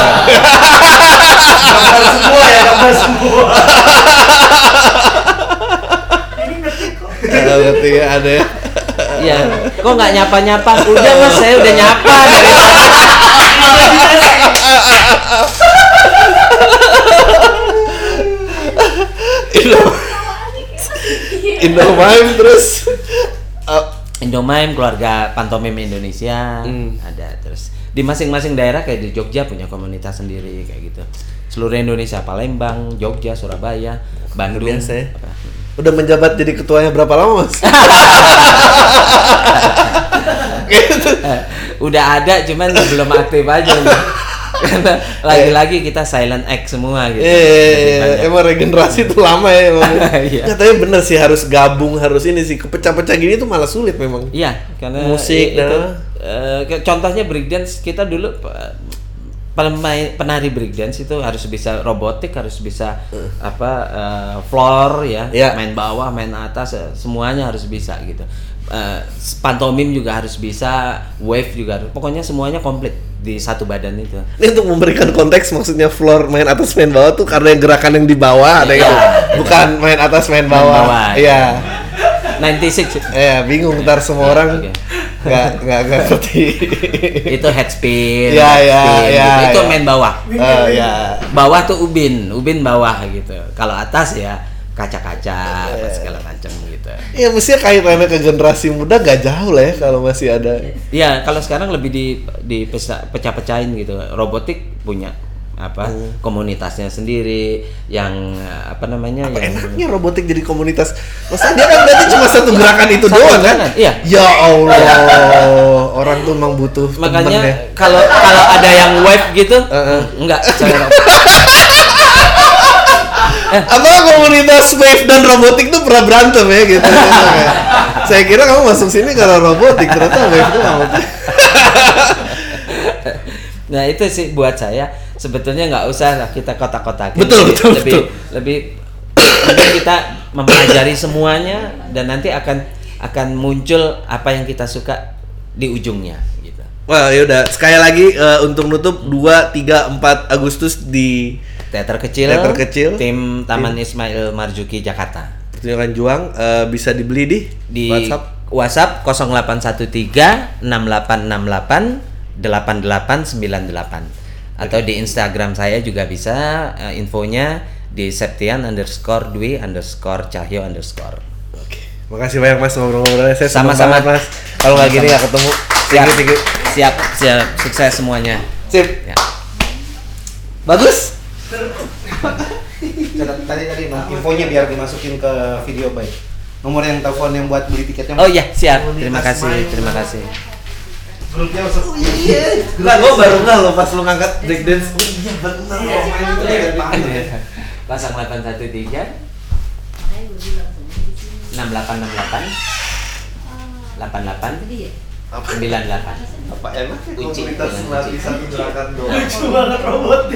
[SPEAKER 2] Semua ya, gambar semua.
[SPEAKER 3] Ah, berarti ya ada ya.
[SPEAKER 1] Iya, kok nggak nyapa-nyapa? Udah Mas, saya udah nyapa dari tadi.
[SPEAKER 3] Indomime terus uh,
[SPEAKER 1] Indomime, keluarga pantomim Indonesia
[SPEAKER 3] Hmm.
[SPEAKER 1] ada. Terus di masing-masing daerah kayak di Jogja punya komunitas sendiri kayak gitu. Seluruh Indonesia, Palembang, Jogja, Surabaya, Bandung.
[SPEAKER 3] biasa ya.
[SPEAKER 1] apa.
[SPEAKER 3] Udah menjabat jadi ketuanya berapa lama Mas? Gitu.
[SPEAKER 1] Eh, udah ada cuman belum aktif aja nih. Karena lagi-lagi kita silent act semua gitu. Lebih
[SPEAKER 3] Eh,
[SPEAKER 1] banyak.
[SPEAKER 3] emang regenerasi itu lama ya emang.
[SPEAKER 1] Iya.
[SPEAKER 3] Nggak, tapi bener sih harus gabung, harus ini sih. Kepecah-pecah gini tuh malah sulit memang.
[SPEAKER 1] Iya, karena
[SPEAKER 3] Musik,
[SPEAKER 1] i- itu
[SPEAKER 3] nah.
[SPEAKER 1] eh, kayak contohnya breakdance kita dulu eh, pemain penari breakdance itu harus bisa robotik, harus bisa apa eh, floor ya,
[SPEAKER 3] Iya.
[SPEAKER 1] main bawah, main atas, eh, semuanya harus bisa gitu. Eh, pantomim juga harus bisa, wave juga harus. Pokoknya semuanya komplit di satu badan itu.
[SPEAKER 3] Ini untuk memberikan konteks maksudnya floor main atas main bawah tuh karena yang gerakan yang di bawah ada
[SPEAKER 1] Iya.
[SPEAKER 3] yang bukan main atas main
[SPEAKER 1] Main
[SPEAKER 3] bawah.
[SPEAKER 1] bawah,
[SPEAKER 3] Iya.
[SPEAKER 1] sembilan puluh enam
[SPEAKER 3] Iya, bingung ntar semua orang
[SPEAKER 1] Oke.
[SPEAKER 3] nggak nggak nggak ngerti.
[SPEAKER 1] itu head spin,
[SPEAKER 3] Iya,
[SPEAKER 1] head
[SPEAKER 3] iya,
[SPEAKER 1] spin
[SPEAKER 3] iya,
[SPEAKER 1] gitu. Itu
[SPEAKER 3] iya.
[SPEAKER 1] main bawah.
[SPEAKER 3] Oh ya.
[SPEAKER 1] Bawah tuh ubin, ubin bawah gitu. Kalau atas ya kaca-kaca apa segala macam gitu.
[SPEAKER 3] Ya mestinya kaitannya ke generasi muda gak jauh lah ya kalau masih ada.
[SPEAKER 1] Iya, kalau sekarang lebih di di pesa- pecah-pecahin gitu. Robotik punya apa
[SPEAKER 3] Hmm.
[SPEAKER 1] komunitasnya sendiri yang apa namanya
[SPEAKER 3] Apa
[SPEAKER 1] yang
[SPEAKER 3] enaknya robotik jadi komunitas? Maksudnya dia kan berarti cuma satu gerakan itu
[SPEAKER 1] Satu
[SPEAKER 3] doang kan?
[SPEAKER 1] gerakan, iya.
[SPEAKER 3] Ya Allah, orang tuh emang butuh temen ya.
[SPEAKER 1] makanya kalau kalau ada yang wave gitu
[SPEAKER 3] Heeh.
[SPEAKER 1] enggak saya
[SPEAKER 3] Apa komunitas wave dan robotik tuh pernah berantem ya gitu? Saya kira kamu masuk sini karena robotik, ternyata wave itu robotik.
[SPEAKER 1] Nah itu sih buat saya sebetulnya nggak usah lah kita kotak-kotakin.
[SPEAKER 3] Betul,
[SPEAKER 1] lebih,
[SPEAKER 3] betul,
[SPEAKER 1] lebih,
[SPEAKER 3] betul.
[SPEAKER 1] lebih mungkin kita mempelajari semuanya dan nanti akan akan muncul apa yang kita suka di ujungnya gitu.
[SPEAKER 3] Wah, yaudah sekali lagi eh, untuk nutup dua, tiga, empat Agustus di
[SPEAKER 1] Teater kecil,
[SPEAKER 3] Teater kecil.
[SPEAKER 1] tim Taman Ismail Marzuki Jakarta.
[SPEAKER 3] Pertunjukan Juang eh, bisa dibeli di,
[SPEAKER 1] Di
[SPEAKER 3] WhatsApp.
[SPEAKER 1] WhatsApp nol delapan satu tiga enam delapan enam delapan delapan delapan sembilan delapan atau di Instagram saya juga bisa, eh, infonya di Septian underscore Dwi underscore Cahyo underscore.
[SPEAKER 3] Oke, makasih banyak Mas ngobrol-ngobrolnya. Saya senang
[SPEAKER 1] Sama-sama.
[SPEAKER 3] banget, Mas. Kalau nggak gini nggak ketemu.
[SPEAKER 1] Siap,
[SPEAKER 3] Thank you, thank you.
[SPEAKER 1] siap, siap, sukses semuanya.
[SPEAKER 3] Sip.
[SPEAKER 1] Ya.
[SPEAKER 3] Bagus.
[SPEAKER 4] Tadi tadi no, infonya biar dimasukin ke video baik. Nomor yang telepon yang buat beli tiketnya.
[SPEAKER 1] Oh iya, siap. Terima kasih, terima kasih.
[SPEAKER 4] Grupnya masuk.
[SPEAKER 3] Iya. Lah, gua baru nggak lo pas lu ngangkat break dance. Oh iya benar.
[SPEAKER 1] Pasang delapan satu tiga enam delapan enam delapan delapan delapan sembilan delapan.
[SPEAKER 3] Apa enak ya
[SPEAKER 1] Kunci.
[SPEAKER 3] komunitas melatih satu gerakan doang.
[SPEAKER 2] Lucu banget robot.